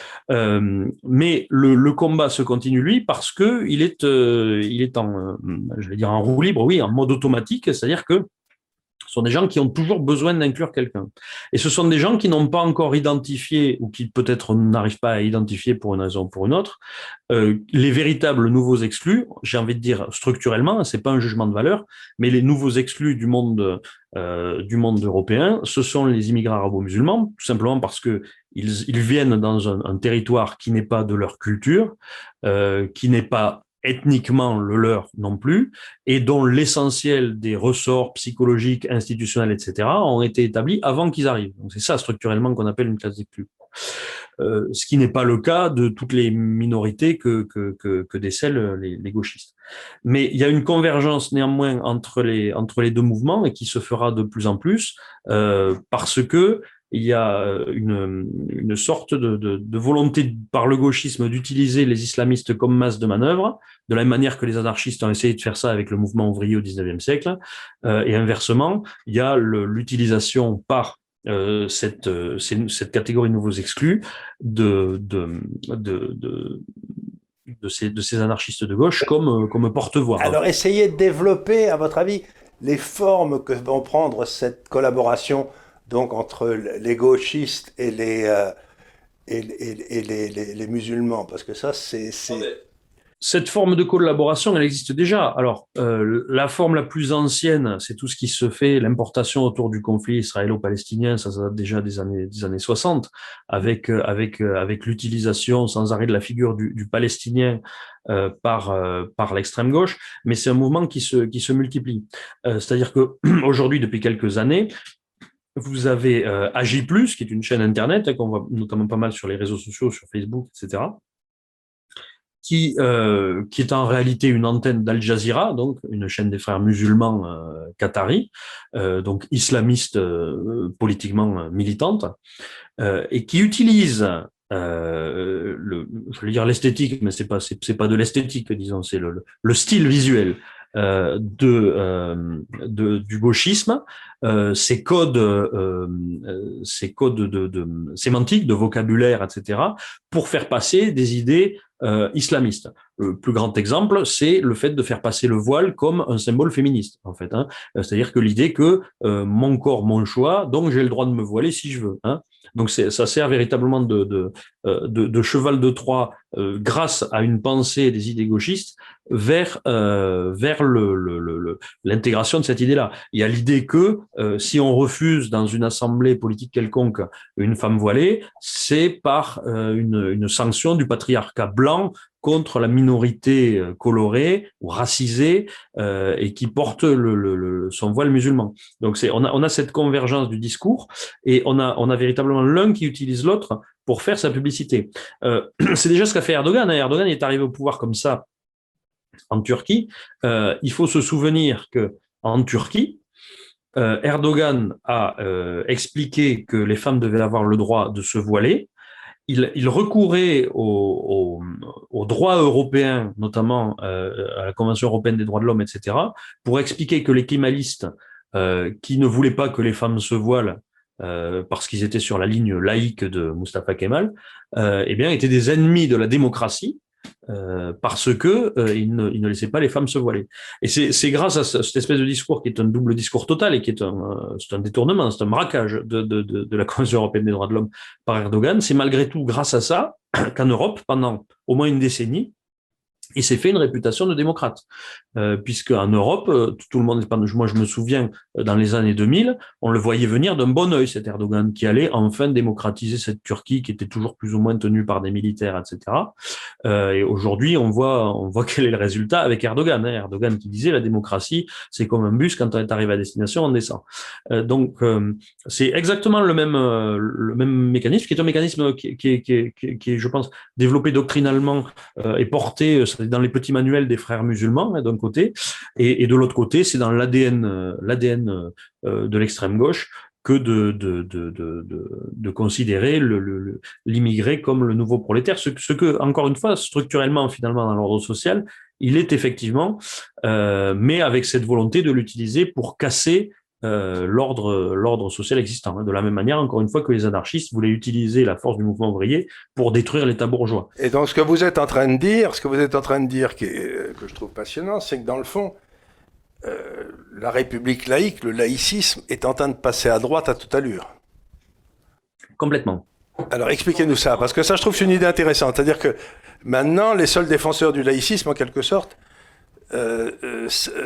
Euh, mais le, le combat se continue lui parce que il est, euh, il est en, euh, je vais dire en roue libre, oui, en mode automatique, c'est-à-dire que ce sont des gens qui ont toujours besoin d'inclure quelqu'un. Et ce sont des gens qui n'ont pas encore identifié, ou qui peut-être n'arrivent pas à identifier pour une raison ou pour une autre, euh, les véritables nouveaux exclus, j'ai envie de dire structurellement, c'est pas un jugement de valeur, mais les nouveaux exclus du monde, euh, du monde européen, ce sont les immigrants arabo-musulmans, tout simplement parce que ils, ils viennent dans un, un territoire qui n'est pas de leur culture, euh, qui n'est pas ethniquement le leur non plus, et dont l'essentiel des ressorts psychologiques, institutionnels, et cetera, ont été établis avant qu'ils arrivent. Donc c'est ça structurellement qu'on appelle une classe d'exclus. Euh, ce qui n'est pas le cas de toutes les minorités que, que, que, que décèlent les, les gauchistes. Mais il y a une convergence néanmoins entre les, entre les deux mouvements et qui se fera de plus en plus euh, parce que il y a une, une sorte de, de, de volonté par le gauchisme d'utiliser les islamistes comme masse de manœuvre, de la même manière que les anarchistes ont essayé de faire ça avec le mouvement ouvrier au dix-neuvième siècle. Euh, et inversement, il y a le, l'utilisation par euh, cette, cette catégorie de nouveaux exclus de, de, de, de de ces, de ces anarchistes de gauche comme, comme porte-voix. Alors, essayez de développer, à votre avis, les formes que vont prendre cette collaboration donc entre les gauchistes et les, euh, et, et, et les, les, les musulmans, parce que ça, c'est... Cette forme de collaboration, elle existe déjà. Alors, euh, la forme la plus ancienne, c'est tout ce qui se fait, l'importation autour du conflit israélo-palestinien, ça, ça date déjà des années, des années soixante, avec, avec, avec l'utilisation sans arrêt de la figure du, du Palestinien euh, par, euh, par l'extrême gauche, mais c'est un mouvement qui se, qui se multiplie. Euh, c'est-à-dire que aujourd'hui, depuis quelques années, vous avez euh, A J plus, qui est une chaîne Internet, hein, qu'on voit notamment pas mal sur les réseaux sociaux, sur Facebook, et cetera, qui, euh, qui est en réalité une antenne d'Al Jazeera, donc une chaîne des frères musulmans euh, qataris, euh, donc islamiste euh, politiquement euh, militante, euh, et qui utilise euh, le, je vais dire l'esthétique, mais c'est pas c'est, c'est pas de l'esthétique, disons, c'est le, le style visuel euh, de, euh, de du gauchisme, euh, ces codes, euh, ces codes de, de sémantiques, de vocabulaire, et cetera, pour faire passer des idées euh, islamistes. Le plus grand exemple, c'est le fait de faire passer le voile comme un symbole féministe, en fait. Hein. C'est-à-dire que l'idée que euh, mon corps, mon choix, donc j'ai le droit de me voiler si je veux. Hein. Donc c'est, ça sert véritablement de, de, de, de cheval de Troie euh, grâce à une pensée des idées gauchistes vers euh, vers le, le, le, l'intégration de cette idée-là. Il y a l'idée que euh, si on refuse dans une assemblée politique quelconque une femme voilée, c'est par euh, une, une sanction du patriarcat blanc contre la minorité colorée ou racisée euh, et qui porte le, le, le, son voile musulman. Donc c'est, on a, on a cette convergence du discours et on a, on a véritablement l'un qui utilise l'autre pour faire sa publicité. Euh, c'est déjà ce qu'a fait Erdogan. Hein. Erdogan est arrivé au pouvoir comme ça en Turquie. Euh, il faut se souvenir que en Turquie, euh, Erdogan a euh, expliqué que les femmes devaient avoir le droit de se voiler. Il, il recourait au, au, au droit européen, notamment euh, à la Convention européenne des droits de l'homme, et cetera, pour expliquer que les kémalistes, euh, qui ne voulaient pas que les femmes se voilent, euh, parce qu'ils étaient sur la ligne laïque de Mustafa Kemal, euh, eh bien, étaient des ennemis de la démocratie, euh, parce que euh, ils, ne, ils ne laissaient pas les femmes se voiler. Et c'est, c'est grâce à cette espèce de discours qui est un double discours total et qui est un, euh, c'est un détournement, c'est un braquage de, de, de, de la Convention européenne des droits de l'homme par Erdogan. C'est malgré tout grâce à ça qu'en Europe, pendant au moins une décennie, Il s'est fait une réputation de démocrate, euh, puisque en Europe, euh, tout le monde, moi je me souviens, dans les années deux mille, on le voyait venir d'un bon œil, cet Erdogan, qui allait enfin démocratiser cette Turquie qui était toujours plus ou moins tenue par des militaires, et cetera. Euh, et aujourd'hui, on voit, on voit quel est le résultat avec Erdogan. Hein. Erdogan qui disait la démocratie, c'est comme un bus, quand on est arrivé à destination, on descend. Euh, donc, euh, c'est exactement le même, euh, le même mécanisme, qui est un mécanisme qui, qui, qui, qui, qui est, je pense, développé doctrinalement euh, et porté dans les petits manuels des frères musulmans, hein, d'un côté, et, et de l'autre côté, c'est dans l'A D N, euh, l'A D N euh, de l'extrême gauche que de, de, de, de, de, de considérer le, le, l'immigré comme le nouveau prolétaire, ce, ce que, encore une fois, structurellement, finalement, dans l'ordre social, il est effectivement, euh, mais avec cette volonté de l'utiliser pour casser euh, l'ordre, l'ordre social existant. Hein. De la même manière, encore une fois, que les anarchistes voulaient utiliser la force du mouvement ouvrier pour détruire l'État bourgeois. Et donc, ce que vous êtes en train de dire, ce que vous êtes en train de dire, qui est, que je trouve passionnant, c'est que dans le fond, euh, la République laïque, le laïcisme, est en train de passer à droite à toute allure. Complètement. Alors, expliquez-nous ça, parce que ça, je trouve, c'est une idée intéressante. C'est-à-dire que maintenant, les seuls défenseurs du laïcisme, en quelque sorte, euh, euh,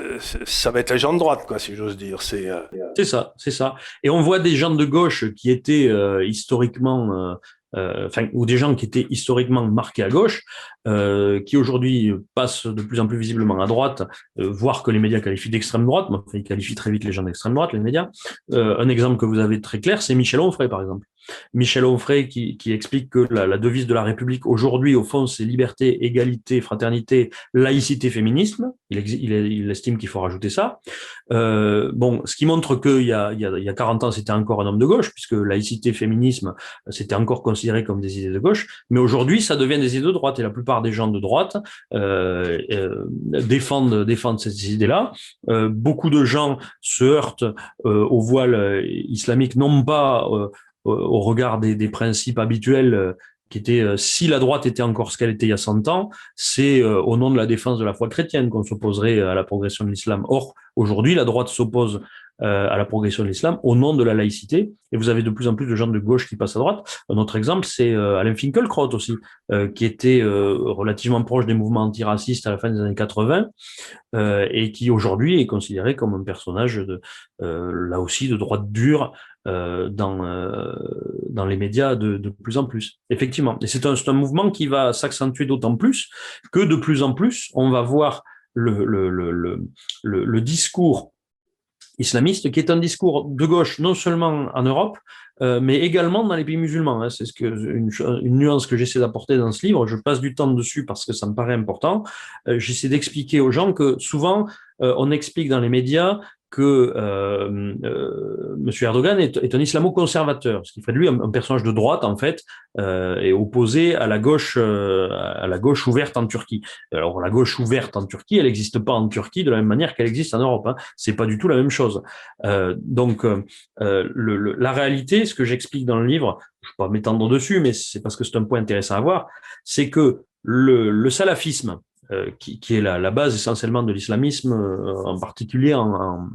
ça va être les gens de droite, quoi, si j'ose dire. C'est, euh... c'est ça, c'est ça. Et on voit des gens de gauche qui étaient euh, historiquement, euh, euh, enfin, ou des gens qui étaient historiquement marqués à gauche, euh, qui aujourd'hui passent de plus en plus visiblement à droite, euh, voire que les médias qualifient d'extrême droite. Enfin, ils qualifient très vite les gens d'extrême droite, les médias. Euh, un exemple que vous avez très clair, c'est Michel Onfray, par exemple. Michel Onfray qui, qui explique que la, la devise de la République aujourd'hui, au fond, c'est liberté, égalité, fraternité, laïcité, féminisme. Il, il, il estime qu'il faut rajouter ça. Euh, bon, ce qui montre qu'il y a, il y a, il y a quarante ans, c'était encore un homme de gauche, puisque laïcité, féminisme, c'était encore considéré comme des idées de gauche. Mais aujourd'hui, ça devient des idées de droite. Et la plupart des gens de droite euh, euh, défendent, défendent ces idées-là. Euh, beaucoup de gens se heurtent euh, au voile islamique, non pas euh, au regard des, des principes habituels euh, qui étaient, euh, si la droite était encore ce qu'elle était il y a cent ans, c'est euh, au nom de la défense de la foi chrétienne qu'on s'opposerait à la progression de l'islam. Or, aujourd'hui, la droite s'oppose euh, à la progression de l'islam au nom de la laïcité, et vous avez de plus en plus de gens de gauche qui passent à droite. Un autre exemple, c'est euh, Alain Finkielkraut aussi, euh, qui était euh, relativement proche des mouvements antiracistes à la fin des années quatre-vingts, euh, et qui aujourd'hui est considéré comme un personnage de, euh, là aussi de droite dure, Euh, dans, euh, dans les médias de, de plus en plus. Effectivement. Et c'est un, c'est un mouvement qui va s'accentuer d'autant plus que de plus en plus, on va voir le, le, le, le, le, le discours islamiste, qui est un discours de gauche, non seulement en Europe, euh, mais également dans les pays musulmans. Hein. C'est ce que, une, une nuance que j'essaie d'apporter dans ce livre. Je passe du temps dessus parce que ça me paraît important. Euh, j'essaie d'expliquer aux gens que souvent, euh, on explique dans les médias que euh, euh, M. Erdogan est, est un islamo-conservateur, ce qui fait de lui un, un personnage de droite, en fait, euh, et opposé à la gauche, euh, à la gauche ouverte en Turquie. Alors, la gauche ouverte en Turquie, elle n'existe pas en Turquie de la même manière qu'elle existe en Europe. Hein. C'est pas du tout la même chose. Euh, donc, euh, le, le, la réalité, ce que j'explique dans le livre, je ne vais pas m'étendre dessus, mais c'est parce que c'est un point intéressant à voir, c'est que le, le salafisme, Euh, qui, qui est la, la base essentiellement de l'islamisme, euh, en particulier en, en,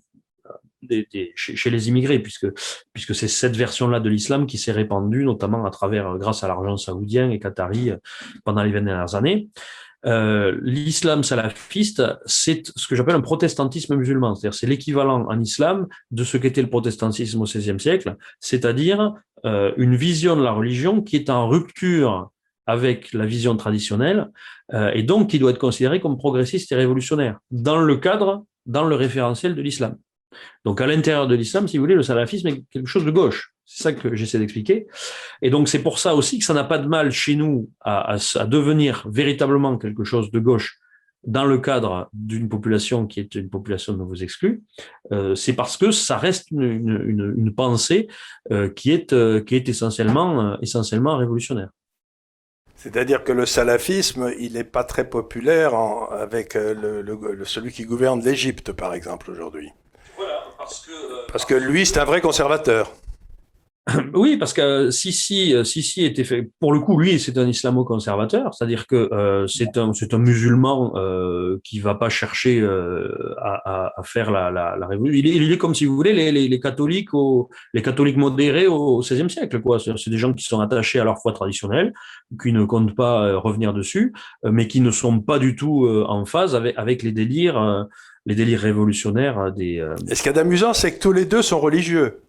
des, des, chez, chez les immigrés, puisque, puisque c'est cette version-là de l'islam qui s'est répandue, notamment à travers, grâce à l'argent saoudien et qatari euh, pendant les vingt dernières années. Euh, l'islam salafiste, c'est ce que j'appelle un protestantisme musulman, c'est-à-dire c'est l'équivalent en islam de ce qu'était le protestantisme au seizième siècle, c'est-à-dire euh, une vision de la religion qui est en rupture avec la vision traditionnelle, euh, et donc qui doit être considéré comme progressiste et révolutionnaire, dans le cadre, dans le référentiel de l'islam. Donc à l'intérieur de l'islam, si vous voulez, le salafisme est quelque chose de gauche. C'est ça que j'essaie d'expliquer. Et donc c'est pour ça aussi que ça n'a pas de mal chez nous à, à, à devenir véritablement quelque chose de gauche dans le cadre d'une population qui est une population de nouveaux exclus. Euh, c'est parce que ça reste une, une, une pensée euh, qui est, euh, qui est essentiellement, euh, essentiellement révolutionnaire. C'est-à-dire que le salafisme, il n'est pas très populaire en, avec le, le, le, celui qui gouverne l'Égypte, par exemple, aujourd'hui. Voilà, parce que... Euh, parce que lui, c'est un vrai conservateur. Oui, parce que Sisi, Sisi était fait. Pour le coup, lui, c'est un islamo-conservateur, c'est-à-dire que euh, c'est un, c'est un musulman euh, qui va pas chercher euh, à, à, à faire la, la, la révolution. Il est, il est comme si vous voulez les, les, les catholiques, au, les catholiques modérés au seizième siècle, quoi. C'est, c'est des gens qui sont attachés à leur foi traditionnelle, qui ne comptent pas euh, revenir dessus, euh, mais qui ne sont pas du tout euh, en phase avec, avec les délires, euh, les délires révolutionnaires des. Euh... Et ce qu'il y a d'amusant, c'est que tous les deux sont religieux.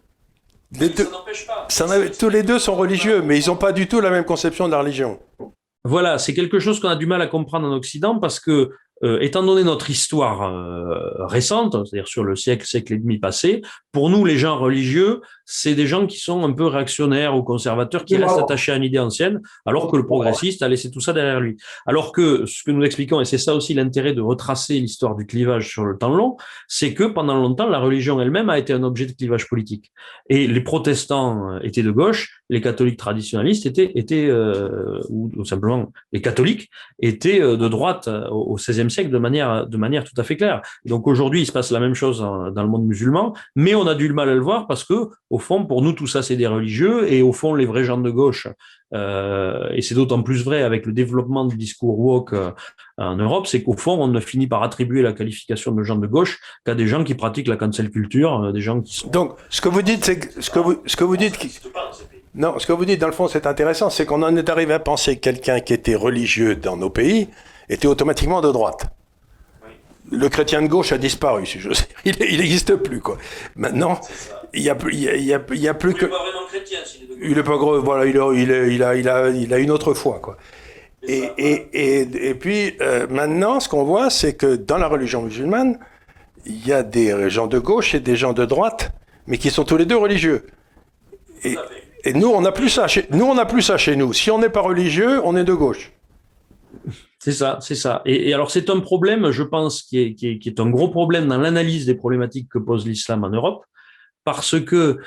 Les deux, ça n'empêche pas. ça tous les deux sont religieux, mais ils n'ont pas du tout la même conception de la religion. Voilà, c'est quelque chose qu'on a du mal à comprendre en Occident parce que, euh, étant donné notre histoire euh, récente, c'est-à-dire sur le siècle, siècle et demi passé, pour nous, les gens religieux, c'est des gens qui sont un peu réactionnaires ou conservateurs, qui restent attachés à une idée ancienne, alors que le progressiste a laissé tout ça derrière lui. Alors que ce que nous expliquons, et c'est ça aussi l'intérêt de retracer l'histoire du clivage sur le temps long, c'est que pendant longtemps, la religion elle-même a été un objet de clivage politique. Et les protestants étaient de gauche, les catholiques traditionnalistes étaient, étaient euh, ou, ou simplement les catholiques étaient de droite au seizième siècle de manière, de manière tout à fait claire. Donc aujourd'hui, il se passe la même chose dans le monde musulman, mais on a du mal à le voir parce que, au fond, pour nous, tout ça, c'est des religieux, et au fond, les vrais gens de gauche, euh, et c'est d'autant plus vrai avec le développement du discours woke euh, en Europe, c'est qu'au fond, on ne finit par attribuer la qualification de gens de gauche qu'à des gens qui pratiquent la cancel culture, euh, des gens qui sont... Donc, ce que vous dites, c'est que, ce que vous, ce que vous dites, qui... non, ce que vous dites, dans le fond, c'est intéressant, c'est qu'on en est arrivé à penser que quelqu'un qui était religieux dans nos pays était automatiquement de droite. Oui. Le chrétien de gauche a disparu, si je sais. Il n'existe plus, quoi. Maintenant, il y a, il y a, il y a, il y a plus que... Il n'est pas vraiment chrétien, s'il est de gauche. Il est pas gros, voilà, il a, il a, il a, il a, il a une autre foi, quoi. Et, ça, et, et, et puis, euh, maintenant, ce qu'on voit, c'est que dans la religion musulmane, il y a des gens de gauche et des gens de droite, mais qui sont tous les deux religieux. Et, et nous, on n'a plus ça chez nous. On n'a plus ça chez nous. Si on n'est pas religieux, on est de gauche. C'est ça, c'est ça. Et, et alors, c'est un problème, je pense, qui est, qui est, qui est un gros problème dans l'analyse des problématiques que pose l'islam en Europe, parce que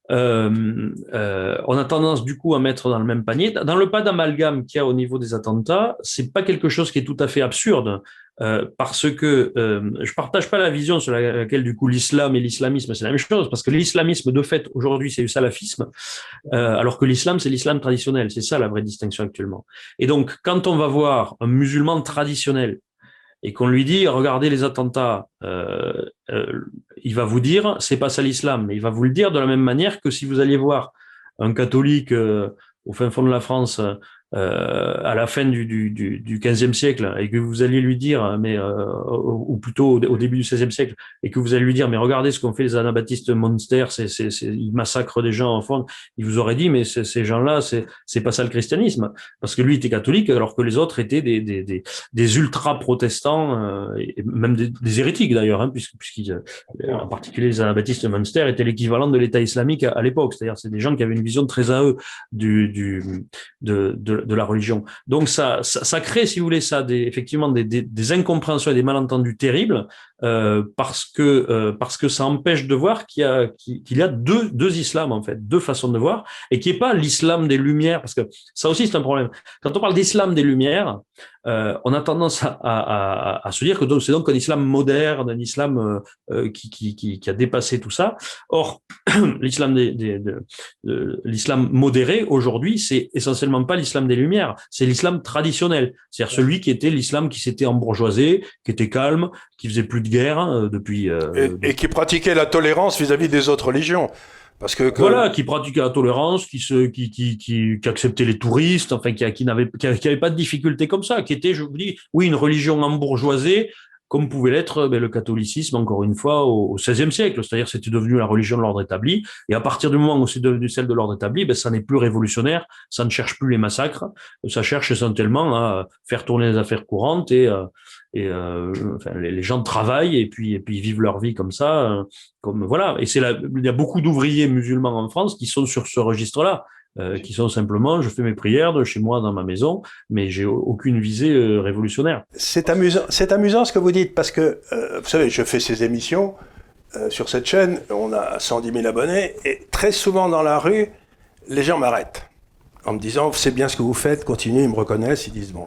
euh, euh, on a tendance du coup à mettre dans le même panier. Dans le pas d'amalgame qu'il y a au niveau des attentats, c'est pas quelque chose qui est tout à fait absurde, euh, parce que euh, je partage pas la vision sur laquelle du coup l'islam et l'islamisme c'est la même chose, parce que l'islamisme de fait aujourd'hui c'est du salafisme, euh, alors que l'islam c'est l'islam traditionnel. C'est ça la vraie distinction actuellement. Et donc quand on va voir un musulman traditionnel et qu'on lui dit regardez les attentats, euh, euh, il va vous dire c'est pas ça l'islam, mais il va vous le dire de la même manière que si vous alliez voir un catholique euh, au fin fond de la France euh, à la fin du, du, du, du quinzième siècle et que vous alliez lui dire, mais euh, ou plutôt au début du seizième siècle, et que vous allez lui dire mais regardez ce qu'ont fait les anabaptistes Munster, c'est, c'est, c'est, ils massacrent des gens en fond, il vous aurait dit mais c'est, ces gens-là c'est, c'est pas ça le christianisme, parce que lui était catholique alors que les autres étaient des, des, des, des ultra-protestants, euh, et même des, des hérétiques d'ailleurs, hein, puisque, puisqu'ils, en particulier les anabaptistes Munster étaient l'équivalent de l'État islamique à, à l'époque, c'est-à-dire c'est des gens qui avaient une vision très à eux du, du, de, de de la religion. Donc ça, ça, ça crée, si vous voulez, ça, des, effectivement des, des, des incompréhensions et des malentendus terribles, euh, parce que euh, parce que ça empêche de voir qu'il y a qu'il y a deux deux islams en fait, deux façons de voir, et qui est pas l'islam des Lumières, parce que ça aussi c'est un problème. Quand on parle d'islam des Lumières, euh, on a tendance à, à, à, à se dire que donc, c'est donc un islam moderne, un islam euh, qui, qui qui qui a dépassé tout ça. Or l'islam des, des de, de, l'islam modéré aujourd'hui, c'est essentiellement pas l'islam des Lumières, c'est l'islam traditionnel, c'est-à-dire celui qui était l'islam qui s'était embourgeoisé, qui était calme, qui faisait plus de guerre hein, depuis, euh, et, depuis... et qui pratiquait la tolérance vis-à-vis des autres religions. Parce que, que... Voilà, qui pratiquait la tolérance, qui se, qui, qui, qui, qui acceptait les touristes, enfin, qui, qui n'avait, qui avait pas de difficultés comme ça, qui était, je vous dis, oui, une religion embourgeoisée, comme pouvait l'être ben, le catholicisme, encore une fois, au seizième siècle. C'est-à-dire c'était devenu la religion de l'ordre établi. Et à partir du moment où c'est devenu celle de l'ordre établi, ben, ça n'est plus révolutionnaire, ça ne cherche plus les massacres, ça cherche essentiellement à faire tourner les affaires courantes et, euh, et euh, enfin, les, les gens travaillent et puis, et puis ils vivent leur vie comme ça. Euh, comme, voilà. Et c'est là, il y a beaucoup d'ouvriers musulmans en France qui sont sur ce registre-là. Euh, qui sont simplement, je fais mes prières de chez moi dans ma maison, mais j'ai aucune visée euh, révolutionnaire. C'est amusant, c'est amusant ce que vous dites, parce que, euh, vous savez, je fais ces émissions euh, sur cette chaîne, on a cent dix mille abonnés, et très souvent dans la rue, les gens m'arrêtent, en me disant, c'est bien ce que vous faites, continuez, ils me reconnaissent, ils disent, bon,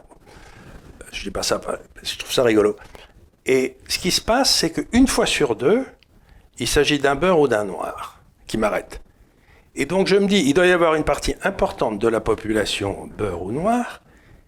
je dis pas ça, je trouve ça rigolo. Et ce qui se passe, c'est qu'une fois sur deux, il s'agit d'un beurre ou d'un noir qui m'arrête. Et donc je me dis, il doit y avoir une partie importante de la population beurre ou noir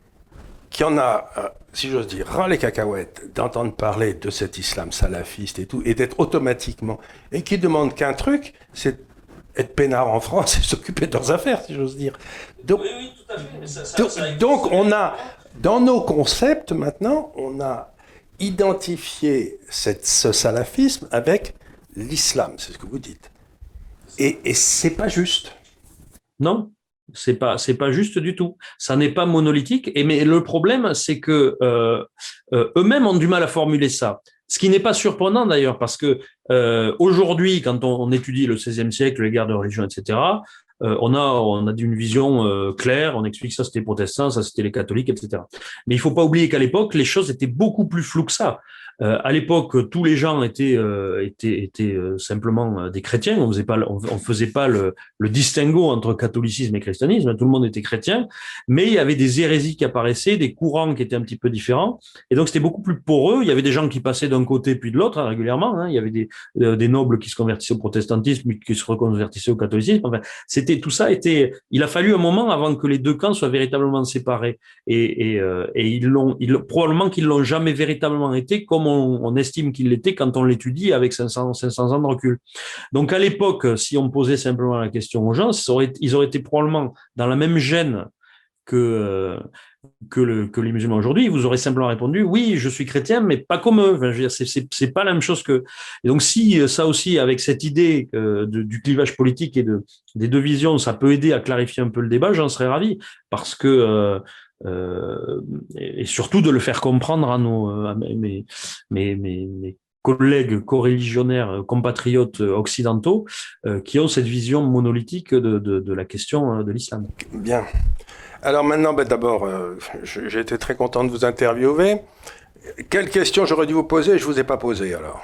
qui en a, euh, si j'ose dire, ras les cacahuètes d'entendre parler de cet islam salafiste et tout, et d'être automatiquement, et qui demande qu'un truc, c'est être peinard en France et s'occuper de leurs affaires, si j'ose dire. Donc, oui, oui, tout à fait. Ça, ça, donc, ça donc on a, dans nos concepts maintenant, on a identifié cette, ce salafisme avec l'islam, c'est ce que vous dites. Et, et c'est pas juste. Non. C'est pas, c'est pas juste du tout. Ça n'est pas monolithique. Et mais le problème, c'est que euh, euh, eux-mêmes ont du mal à formuler ça. Ce qui n'est pas surprenant d'ailleurs, parce que euh, aujourd'hui, quand on, on étudie le seizième siècle, les guerres de religion, et cetera, euh, on a, on a une vision euh, claire. On explique ça, c'était les protestants, ça c'était les catholiques, et cetera. Mais il faut pas oublier qu'à l'époque, les choses étaient beaucoup plus floues que ça. Euh, à l'époque, tous les gens étaient euh, étaient étaient euh, simplement euh, des chrétiens. On faisait pas on, on faisait pas le, le distinguo entre catholicisme et christianisme. Tout le monde était chrétien, mais il y avait des hérésies qui apparaissaient, des courants qui étaient un petit peu différents. Et donc c'était beaucoup plus poreux. Il y avait des gens qui passaient d'un côté puis de l'autre hein, régulièrement. Hein. Il y avait des euh, des nobles qui se convertissaient au protestantisme, puis qui se reconvertissaient au catholicisme. Enfin, c'était tout ça était. Il a fallu un moment avant que les deux camps soient véritablement séparés. Et et, euh, et ils l'ont. Ils, probablement qu'ils l'ont jamais véritablement été comme On, on estime qu'il l'était quand on l'étudie avec cinq cents, cinq cents ans de recul. Donc à l'époque, si on posait simplement la question aux gens, ça aurait, ils auraient été probablement dans la même gêne que que, le, que les musulmans aujourd'hui. Ils vous auraient simplement répondu oui, je suis chrétien, mais pas comme eux. Enfin, je veux dire, c'est, c'est, c'est pas la même chose que. Et donc si ça aussi, avec cette idée euh, de, du clivage politique et de des deux visions, ça peut aider à clarifier un peu le débat, j'en serais ravi parce que euh, Euh, et surtout de le faire comprendre à nos à mes, mes, mes, mes collègues coreligionnaires, compatriotes occidentaux euh, qui ont cette vision monolithique de, de, de la question de l'islam. Bien. Alors maintenant, ben d'abord, euh, j'ai été très content de vous interviewer. Quelle question j'aurais dû vous poser et je ne vous ai pas posé alors?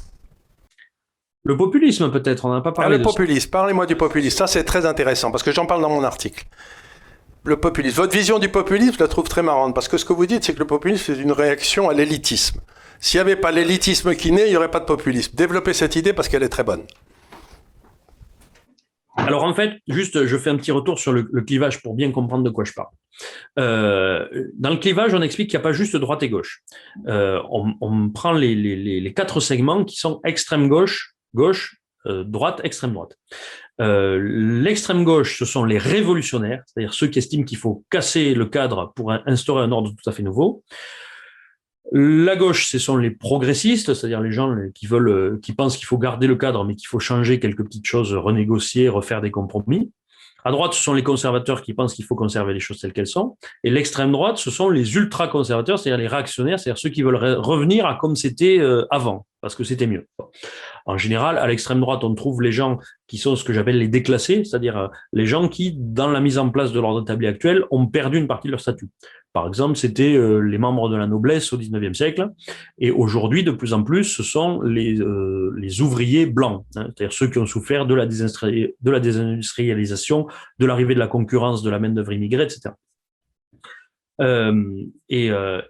Le populisme peut-être, on n'a pas parlé ah, de le populisme, ça. Parlez-moi du populisme, ça c'est très intéressant parce que j'en parle dans mon article. Le populisme. Votre vision du populisme, je la trouve très marrante, parce que ce que vous dites, c'est que le populisme, c'est une réaction à l'élitisme. S'il n'y avait pas l'élitisme qui naît, il n'y aurait pas de populisme. Développez cette idée parce qu'elle est très bonne. Alors en fait, juste, je fais un petit retour sur le, le clivage pour bien comprendre de quoi je parle. Euh, dans le clivage, on explique qu'il n'y a pas juste droite et gauche. Euh, on, on prend les, les, les quatre segments qui sont extrême gauche, gauche, euh, droite, extrême droite. Euh, l'extrême gauche, ce sont les révolutionnaires, c'est-à-dire ceux qui estiment qu'il faut casser le cadre pour instaurer un ordre tout à fait nouveau. La gauche, ce sont les progressistes, c'est-à-dire les gens qui veulent, qui pensent qu'il faut garder le cadre, mais qu'il faut changer quelques petites choses, renégocier, refaire des compromis. À droite, ce sont les conservateurs qui pensent qu'il faut conserver les choses telles qu'elles sont. Et l'extrême droite, ce sont les ultra-conservateurs, c'est-à-dire les réactionnaires, c'est-à-dire ceux qui veulent re- revenir à comme c'était euh, avant, parce que c'était mieux. En général, à l'extrême droite, on trouve les gens qui sont ce que j'appelle les déclassés, c'est-à-dire euh, les gens qui, dans la mise en place de l'ordre établi actuel, ont perdu une partie de leur statut. Par exemple, c'était euh, les membres de la noblesse au dix-neuvième siècle, et aujourd'hui, de plus en plus, ce sont les, euh, les ouvriers blancs, hein, c'est-à-dire ceux qui ont souffert de la, désindustri- de la désindustrialisation, de l'arrivée de la concurrence de la main-d'œuvre immigrée, et cetera. Euh, et euh,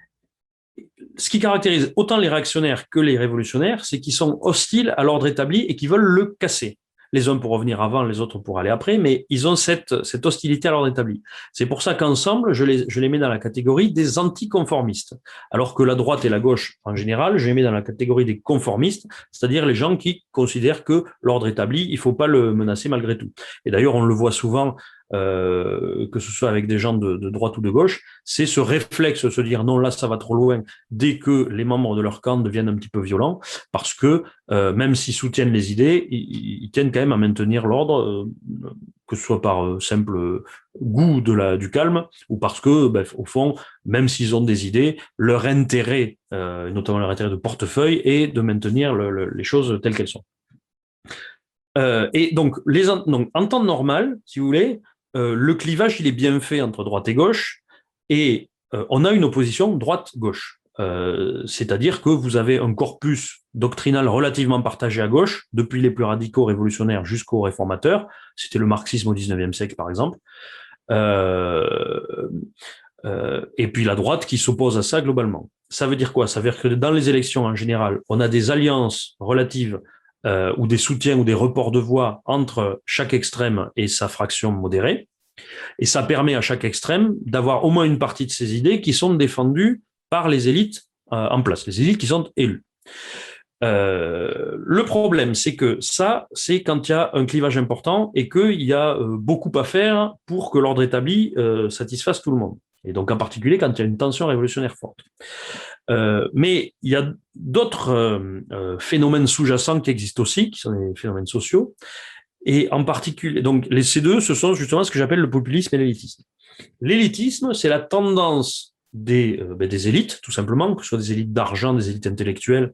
ce qui caractérise autant les réactionnaires que les révolutionnaires, c'est qu'ils sont hostiles à l'ordre établi et qu'ils veulent le casser. Les uns pour revenir avant, les autres pour aller après, mais ils ont cette, cette hostilité à l'ordre établi. C'est pour ça qu'ensemble, je les, je les mets dans la catégorie des anticonformistes. Alors que la droite et la gauche, en général, je les mets dans la catégorie des conformistes, c'est-à-dire les gens qui considèrent que l'ordre établi, il ne faut pas le menacer malgré tout. Et d'ailleurs, on le voit souvent, euh, que ce soit avec des gens de, de droite ou de gauche, c'est ce réflexe de se dire non, là, ça va trop loin, dès que les membres de leur camp deviennent un petit peu violents, parce que euh, même s'ils soutiennent les idées, ils, ils tiennent quand même à maintenir l'ordre, euh, que ce soit par euh, simple goût de la, du calme, ou parce que, ben, au fond, même s'ils ont des idées, leur intérêt, euh, notamment leur intérêt de portefeuille, est de maintenir le, le, les choses telles qu'elles sont. Euh, et donc, les, donc, en temps normal, si vous voulez, euh, le clivage, il est bien fait entre droite et gauche, et euh, on a une opposition droite-gauche. Euh, c'est-à-dire que vous avez un corpus doctrinal relativement partagé à gauche, depuis les plus radicaux révolutionnaires jusqu'aux réformateurs. C'était le marxisme au dix-neuvième siècle, par exemple. Euh, euh, et puis la droite qui s'oppose à ça globalement. Ça veut dire quoi? Ça veut dire que dans les élections en général, on a des alliances relatives euh, ou des soutiens ou des reports de voix entre chaque extrême et sa fraction modérée. Et ça permet à chaque extrême d'avoir au moins une partie de ses idées qui sont défendues par les élites euh, en place, les élites qui sont élues. Euh, le problème, c'est que ça, c'est quand il y a un clivage important et qu'il y a euh, beaucoup à faire pour que l'ordre établi euh, satisfasse tout le monde. Et donc, en particulier, quand il y a une tension révolutionnaire forte. Euh, mais il y a d'autres euh, euh, phénomènes sous-jacents qui existent aussi, qui sont des phénomènes sociaux. Et en particulier, donc, les C deux, ce sont justement ce que j'appelle le populisme et l'élitisme. L'élitisme, c'est la tendance des, euh, ben, des élites, tout simplement, que ce soit des élites d'argent, des élites intellectuelles,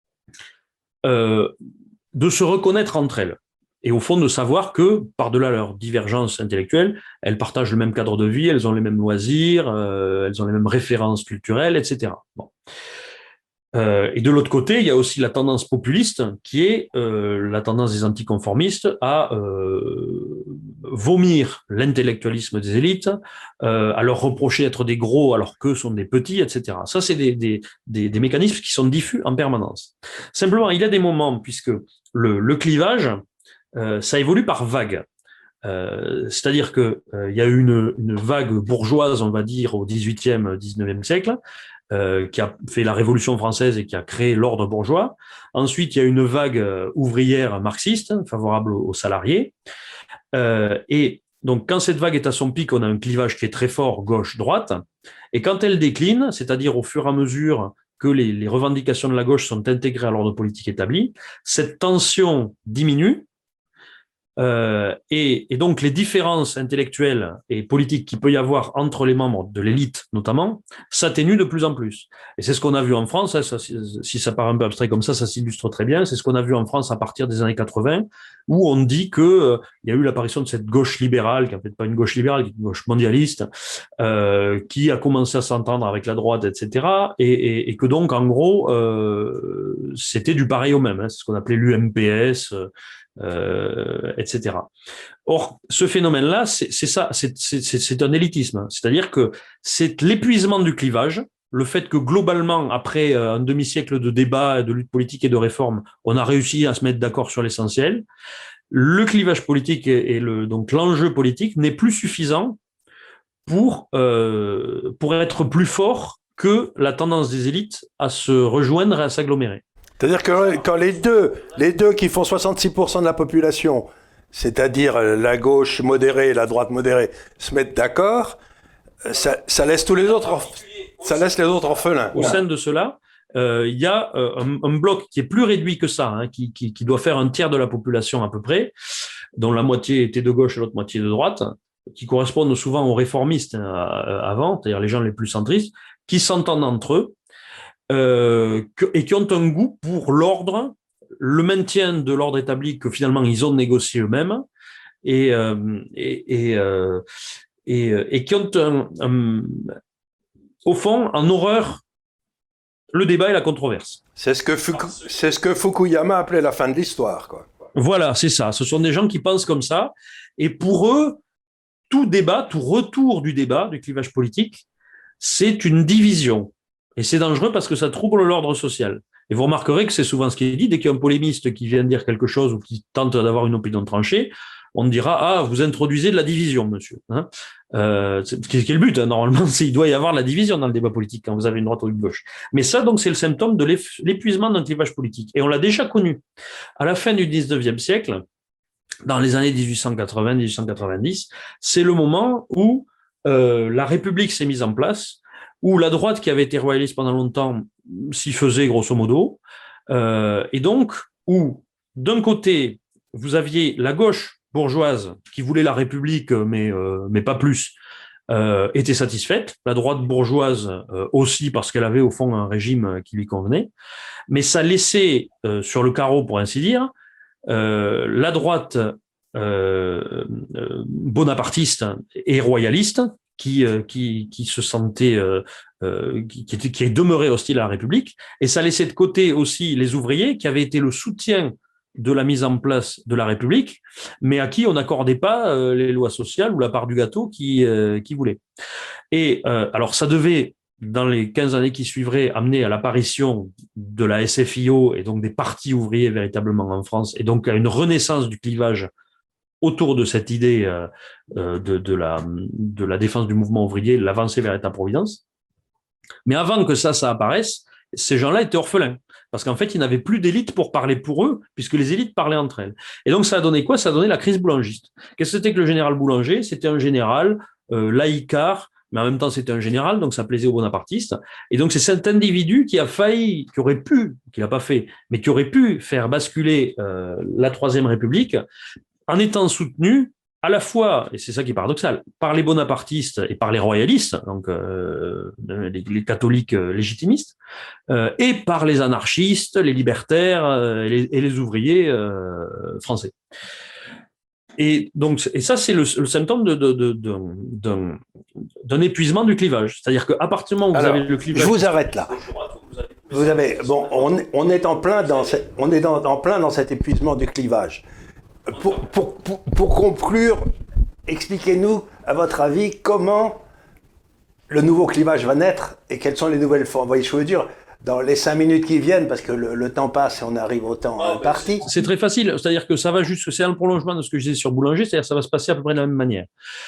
Euh, de se reconnaître entre elles et au fond de savoir que, par-delà leur divergence intellectuelle, elles partagent le même cadre de vie, elles ont les mêmes loisirs, euh, elles ont les mêmes références culturelles, et cetera. Bon. Euh, et de l'autre côté, il y a aussi la tendance populiste, qui est euh, la tendance des anticonformistes à euh, vomir l'intellectualisme des élites, euh, à leur reprocher d'être des gros alors qu'eux sont des petits, et cetera. Ça, c'est des, des, des, des mécanismes qui sont diffus en permanence. Simplement, il y a des moments, puisque le, le clivage, euh, ça évolue par vagues. Euh, c'est-à-dire que euh, il y a eu une, une vague bourgeoise, on va dire, au dix-huitième, dix-neuvième siècle, euh, qui a fait la Révolution française et qui a créé l'ordre bourgeois. Ensuite, il y a une vague euh, ouvrière marxiste, favorable aux, aux salariés. Euh, et donc, quand cette vague est à son pic, on a un clivage qui est très fort, gauche-droite. Et quand elle décline, c'est-à-dire au fur et à mesure que les, les revendications de la gauche sont intégrées à l'ordre politique établi, cette tension diminue. Euh, et, et donc les différences intellectuelles et politiques qu'il peut y avoir entre les membres de l'élite notamment s'atténuent de plus en plus. Et c'est ce qu'on a vu en France, hein, ça, si ça paraît un peu abstrait comme ça, ça s'illustre très bien, c'est ce qu'on a vu en France à partir des années quatre-vingts, où on dit que euh, il y a eu l'apparition de cette gauche libérale, qui n'est peut-être pas une gauche libérale, qui est une gauche mondialiste, euh, qui a commencé à s'entendre avec la droite, et cetera. Et, et, et que donc en gros, euh, c'était du pareil au même, hein, c'est ce qu'on appelait l'U M P S, euh, Euh, et cetera. Or, ce phénomène-là, c'est, c'est ça, c'est, c'est, c'est un élitisme. C'est-à-dire que c'est l'épuisement du clivage, le fait que globalement, après un demi-siècle de débats, de lutte politique et de réforme, on a réussi à se mettre d'accord sur l'essentiel. Le clivage politique et, et le, donc l'enjeu politique n'est plus suffisant pour, euh, pour être plus fort que la tendance des élites à se rejoindre et à s'agglomérer. C'est-à-dire que quand les deux, les deux qui font soixante-six pour cent de la population, c'est-à-dire la gauche modérée et la droite modérée, se mettent d'accord, ça, ça laisse tous les autres, ça laisse les autres orphelins. Au sein de cela, euh, il y a euh, un, un bloc qui est plus réduit que ça, hein, qui, qui, qui doit faire un tiers de la population à peu près, dont la moitié était de gauche et l'autre moitié de droite, qui correspondent souvent aux réformistes hein, avant, c'est-à-dire les gens les plus centristes, qui s'entendent entre eux, Euh, que, et qui ont un goût pour l'ordre, le maintien de l'ordre établi que finalement ils ont négocié eux-mêmes, et, euh, et, et, euh, et, et qui ont un, un, au fond en horreur le débat et la controverse. C'est ce que, Fuku, c'est ce que Fukuyama appelait la fin de l'histoire, quoi. Voilà, c'est ça. Ce sont des gens qui pensent comme ça, et pour eux, tout débat, tout retour du débat, du clivage politique, c'est une division. Et c'est dangereux parce que ça trouble l'ordre social. Et vous remarquerez que c'est souvent ce qui est dit, dès qu'il y a un polémiste qui vient dire quelque chose ou qui tente d'avoir une opinion tranchée, on dira « Ah, vous introduisez de la division, monsieur hein ». Euh, ce qui est le but, hein, normalement, c'est il doit y avoir la division dans le débat politique quand vous avez une droite ou une gauche. Mais ça, donc, c'est le symptôme de l'épuisement d'un clivage politique. Et on l'a déjà connu. À la fin du dix-neuvième siècle, dans les années dix-huit cent quatre-vingts dix-huit cent quatre-vingt-dix, c'est le moment où euh, la République s'est mise en place, où la droite qui avait été royaliste pendant longtemps s'y faisait grosso modo, euh, et donc où d'un côté vous aviez la gauche bourgeoise qui voulait la République mais euh, mais pas plus, euh, était satisfaite, la droite bourgeoise euh, aussi parce qu'elle avait au fond un régime qui lui convenait, mais ça laissait euh, sur le carreau pour ainsi dire euh, la droite euh, euh, bonapartiste et royaliste qui, euh, qui, qui se sentait, euh, euh, qui, qui, était, qui est demeuré hostile à la République, et ça laissait de côté aussi les ouvriers qui avaient été le soutien de la mise en place de la République, mais à qui on n'accordait pas euh, les lois sociales ou la part du gâteau qui, euh, qui voulait. Et euh, alors ça devait dans les quinze années qui suivraient, amener à l'apparition de la S F I O et donc des partis ouvriers véritablement en France, et donc à une renaissance du clivage autour de cette idée euh, de, de, la, de la défense du mouvement ouvrier, l'avancée vers l'État-providence. Mais avant que ça, ça apparaisse, ces gens-là étaient orphelins. Parce qu'en fait, ils n'avaient plus d'élite pour parler pour eux, puisque les élites parlaient entre elles. Et donc, ça a donné quoi? Ça a donné la crise boulangiste. Qu'est-ce que c'était que le général Boulanger? C'était un général euh, laïcard, mais en même temps, c'était un général, donc ça plaisait aux bonapartistes. Et donc, c'est cet individu qui a failli, qui aurait pu, qui l'a pas fait, mais qui aurait pu faire basculer euh, la Troisième République en étant soutenu à la fois, et c'est ça qui est paradoxal, par les bonapartistes et par les royalistes, donc euh, les, les catholiques légitimistes, euh, et par les anarchistes, les libertaires euh, et, les, et les ouvriers euh, français. Et donc, et ça, c'est le, le symptôme de, de, de, de, d'un, d'un épuisement du clivage. C'est-à-dire qu'à partir du moment où Alors, vous avez le clivage, je vous arrête là. Vous avez, bon, on, on est en plein dans, ce, on est dans, en plein dans cet épuisement du clivage. Pour, pour, pour, pour conclure, expliquez-nous, à votre avis, comment le nouveau clivage va naître et quelles sont les nouvelles formes. Vous voyez, je veux dire, dans les cinq minutes qui viennent, parce que le, le temps passe et on arrive au temps ah, imparti. C'est très facile, c'est-à-dire que ça va juste, c'est un prolongement de ce que je disais sur Boulanger, c'est-à-dire que ça va se passer à peu près de la même manière.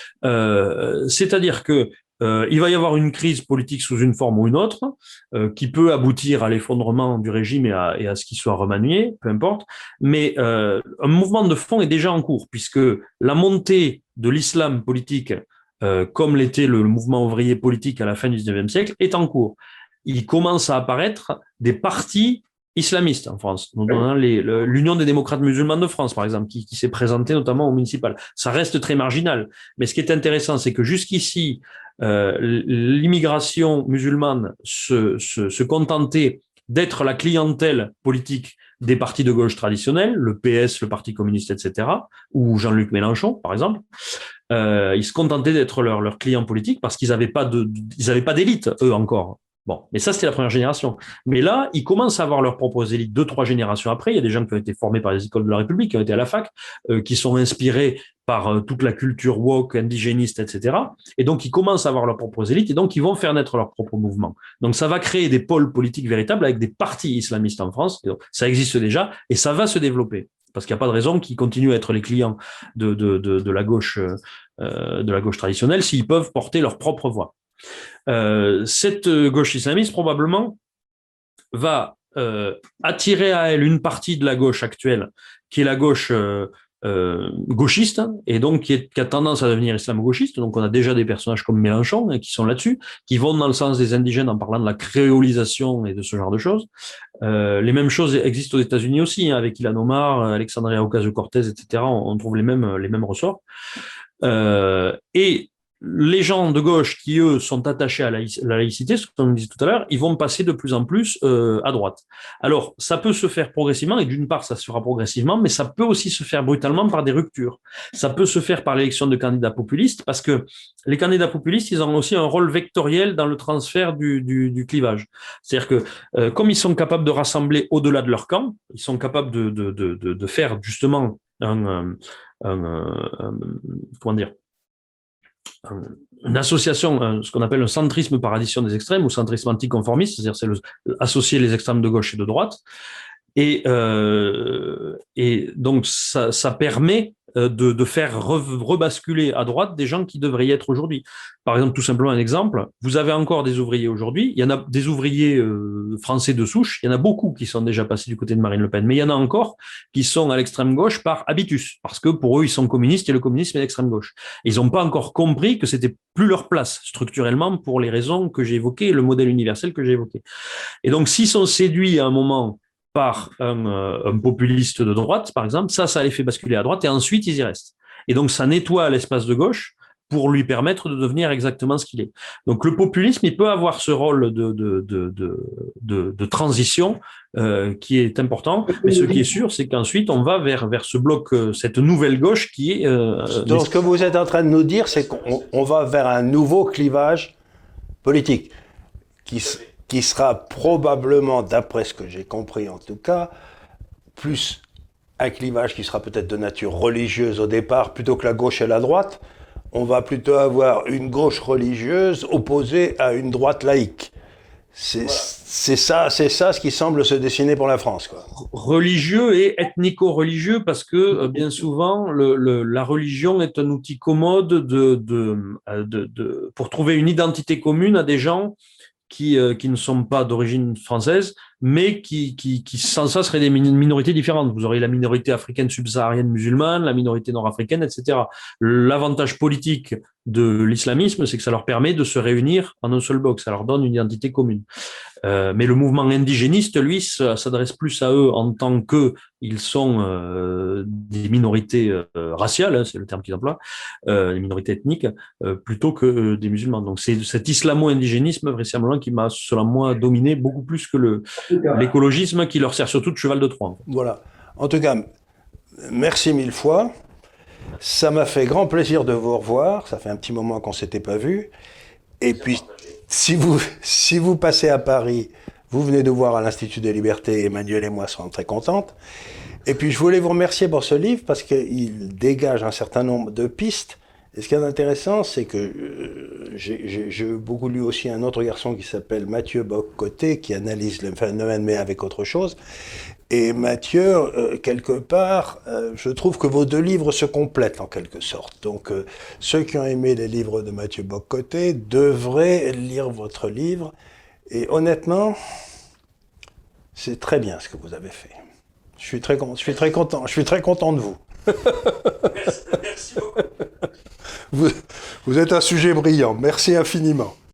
Euh, c'est-à-dire que Euh, il va y avoir une crise politique sous une forme ou une autre, euh, qui peut aboutir à l'effondrement du régime et à, et à ce qu'il soit remanié, peu importe. Mais euh, un mouvement de fond est déjà en cours, puisque la montée de l'islam politique, euh, comme l'était le, le mouvement ouvrier politique à la fin du dix-neuvième siècle, est en cours. Il commence à apparaître des partis islamistes en France, notamment les, le, l'Union des démocrates musulmans de France, par exemple, qui, qui s'est présentée notamment au municipal. Ça reste très marginal. Mais ce qui est intéressant, c'est que jusqu'ici, euh, l'immigration musulmane se, se, se contentait d'être la clientèle politique des partis de gauche traditionnels, le P S, le Parti communiste, et cetera, ou Jean-Luc Mélenchon, par exemple. Euh, ils se contentaient d'être leur, leur client politique parce qu'ils n'avaient pas de, ils n'avaient pas d'élite, eux encore. Bon, mais ça, c'était la première génération. Mais là, ils commencent à avoir leurs propres élites deux, trois générations après. Il y a des gens qui ont été formés par les écoles de la République, qui ont été à la fac, euh, qui sont inspirés par euh, toute la culture woke, indigéniste, et cetera. Et donc, ils commencent à avoir leurs propres élites et donc, ils vont faire naître leur propre mouvement. Donc, ça va créer des pôles politiques véritables avec des partis islamistes en France. Donc, ça existe déjà et ça va se développer. Parce qu'il n'y a pas de raison qu'ils continuent à être les clients de, de, de, de la gauche, euh, de la gauche traditionnelle s'ils peuvent porter leur propre voix. Euh, cette gauche islamiste probablement va euh, attirer à elle une partie de la gauche actuelle, qui est la gauche euh, euh, gauchiste, et donc qui, est, qui a tendance à devenir islamo-gauchiste. Donc on a déjà des personnages comme Mélenchon hein, qui sont là-dessus, qui vont dans le sens des indigènes en parlant de la créolisation et de ce genre de choses. Euh, les mêmes choses existent aux États-Unis aussi, hein, avec Ilhan Omar, Alexandria Ocasio-Cortez, et cetera. On, on trouve les mêmes, les mêmes ressorts. Euh, et les gens de gauche qui, eux, sont attachés à la laïcité, ce qu'on disait tout à l'heure, ils vont passer de plus en plus euh, à droite. Alors, ça peut se faire progressivement, et d'une part, ça se fera progressivement, mais ça peut aussi se faire brutalement par des ruptures. Ça peut se faire par l'élection de candidats populistes, parce que les candidats populistes, ils ont aussi un rôle vectoriel dans le transfert du, du, du clivage. C'est-à-dire que, euh, comme ils sont capables de rassembler au-delà de leur camp, ils sont capables de, de, de, de, de faire justement un, un, un, un comment dire, une association, ce qu'on appelle un centrisme par addition des extrêmes ou centrisme anticonformiste, c'est-à-dire c'est le, associer les extrêmes de gauche et de droite. Et, euh, et donc, ça, ça permet de, de faire re, rebasculer à droite des gens qui devraient y être aujourd'hui. Par exemple, tout simplement un exemple, vous avez encore des ouvriers aujourd'hui, il y en a des ouvriers euh, français de souche, il y en a beaucoup qui sont déjà passés du côté de Marine Le Pen, mais il y en a encore qui sont à l'extrême gauche par habitus, parce que pour eux, ils sont communistes et le communisme est l'extrême gauche. Et ils n'ont pas encore compris que c'était plus leur place structurellement pour les raisons que j'ai évoquées, le modèle universel que j'ai évoqué. Et donc, s'ils sont séduits à un moment par un, un populiste de droite, par exemple, ça, ça les fait basculer à droite et ensuite, ils y restent. Et donc, ça nettoie l'espace de gauche pour lui permettre de devenir exactement ce qu'il est. Donc, le populisme, il peut avoir ce rôle de, de, de, de, de, de transition euh, qui est important, mais ce qui est sûr, c'est qu'ensuite, on va vers, vers ce bloc, cette nouvelle gauche qui est... Euh, Donc, ce que vous êtes en train de nous dire, c'est qu'on on va vers un nouveau clivage politique qui qui sera probablement, d'après ce que j'ai compris en tout cas, plus un clivage qui sera peut-être de nature religieuse au départ, plutôt que la gauche et la droite, on va plutôt avoir une gauche religieuse opposée à une droite laïque. C'est voilà. c'est ça, c'est ça ce qui semble se dessiner pour la France, quoi. Religieux et ethnico-religieux, parce que euh, bien souvent, le, le, la religion est un outil commode de, de, de, de, pour trouver une identité commune à des gens qui, euh, qui ne sont pas d'origine française, mais qui, qui, qui sans ça seraient des minorités différentes. Vous aurez la minorité africaine subsaharienne musulmane, la minorité nord-africaine, et cetera. L'avantage politique de l'islamisme, c'est que ça leur permet de se réunir en un seul bloc, ça leur donne une identité commune. Euh, mais le mouvement indigéniste, lui, s'adresse plus à eux en tant que ils sont euh, des minorités euh, raciales, hein, c'est le terme qu'ils emploient, euh, des minorités ethniques, euh, plutôt que euh, des musulmans. Donc c'est cet islamo-indigénisme, vraisemblablement, qui m'a, selon moi, dominé beaucoup plus que le, l'écologisme, qui leur sert surtout de cheval de Troie. En fait. Voilà. En tout cas, merci mille fois. Ça m'a fait grand plaisir de vous revoir. Ça fait un petit moment qu'on ne s'était pas vu. Et puis, si vous, si vous passez à Paris, vous venez nous voir à l'Institut des Libertés. Emmanuel et moi serons très contentes. Et puis, je voulais vous remercier pour ce livre parce qu'il dégage un certain nombre de pistes. Et ce qui est intéressant, c'est que euh, j'ai, j'ai beaucoup lu aussi un autre garçon qui s'appelle Mathieu Bock-Côté, qui analyse le phénomène, mais avec autre chose. Et Mathieu, euh, quelque part, euh, je trouve que vos deux livres se complètent en quelque sorte. Donc, euh, ceux qui ont aimé les livres de Mathieu Bock-Côté devraient lire votre livre. Et honnêtement, c'est très bien ce que vous avez fait. Je suis très, je suis très content. Je suis très content de vous. Merci, merci beaucoup. Vous, vous êtes un sujet brillant. Merci infiniment.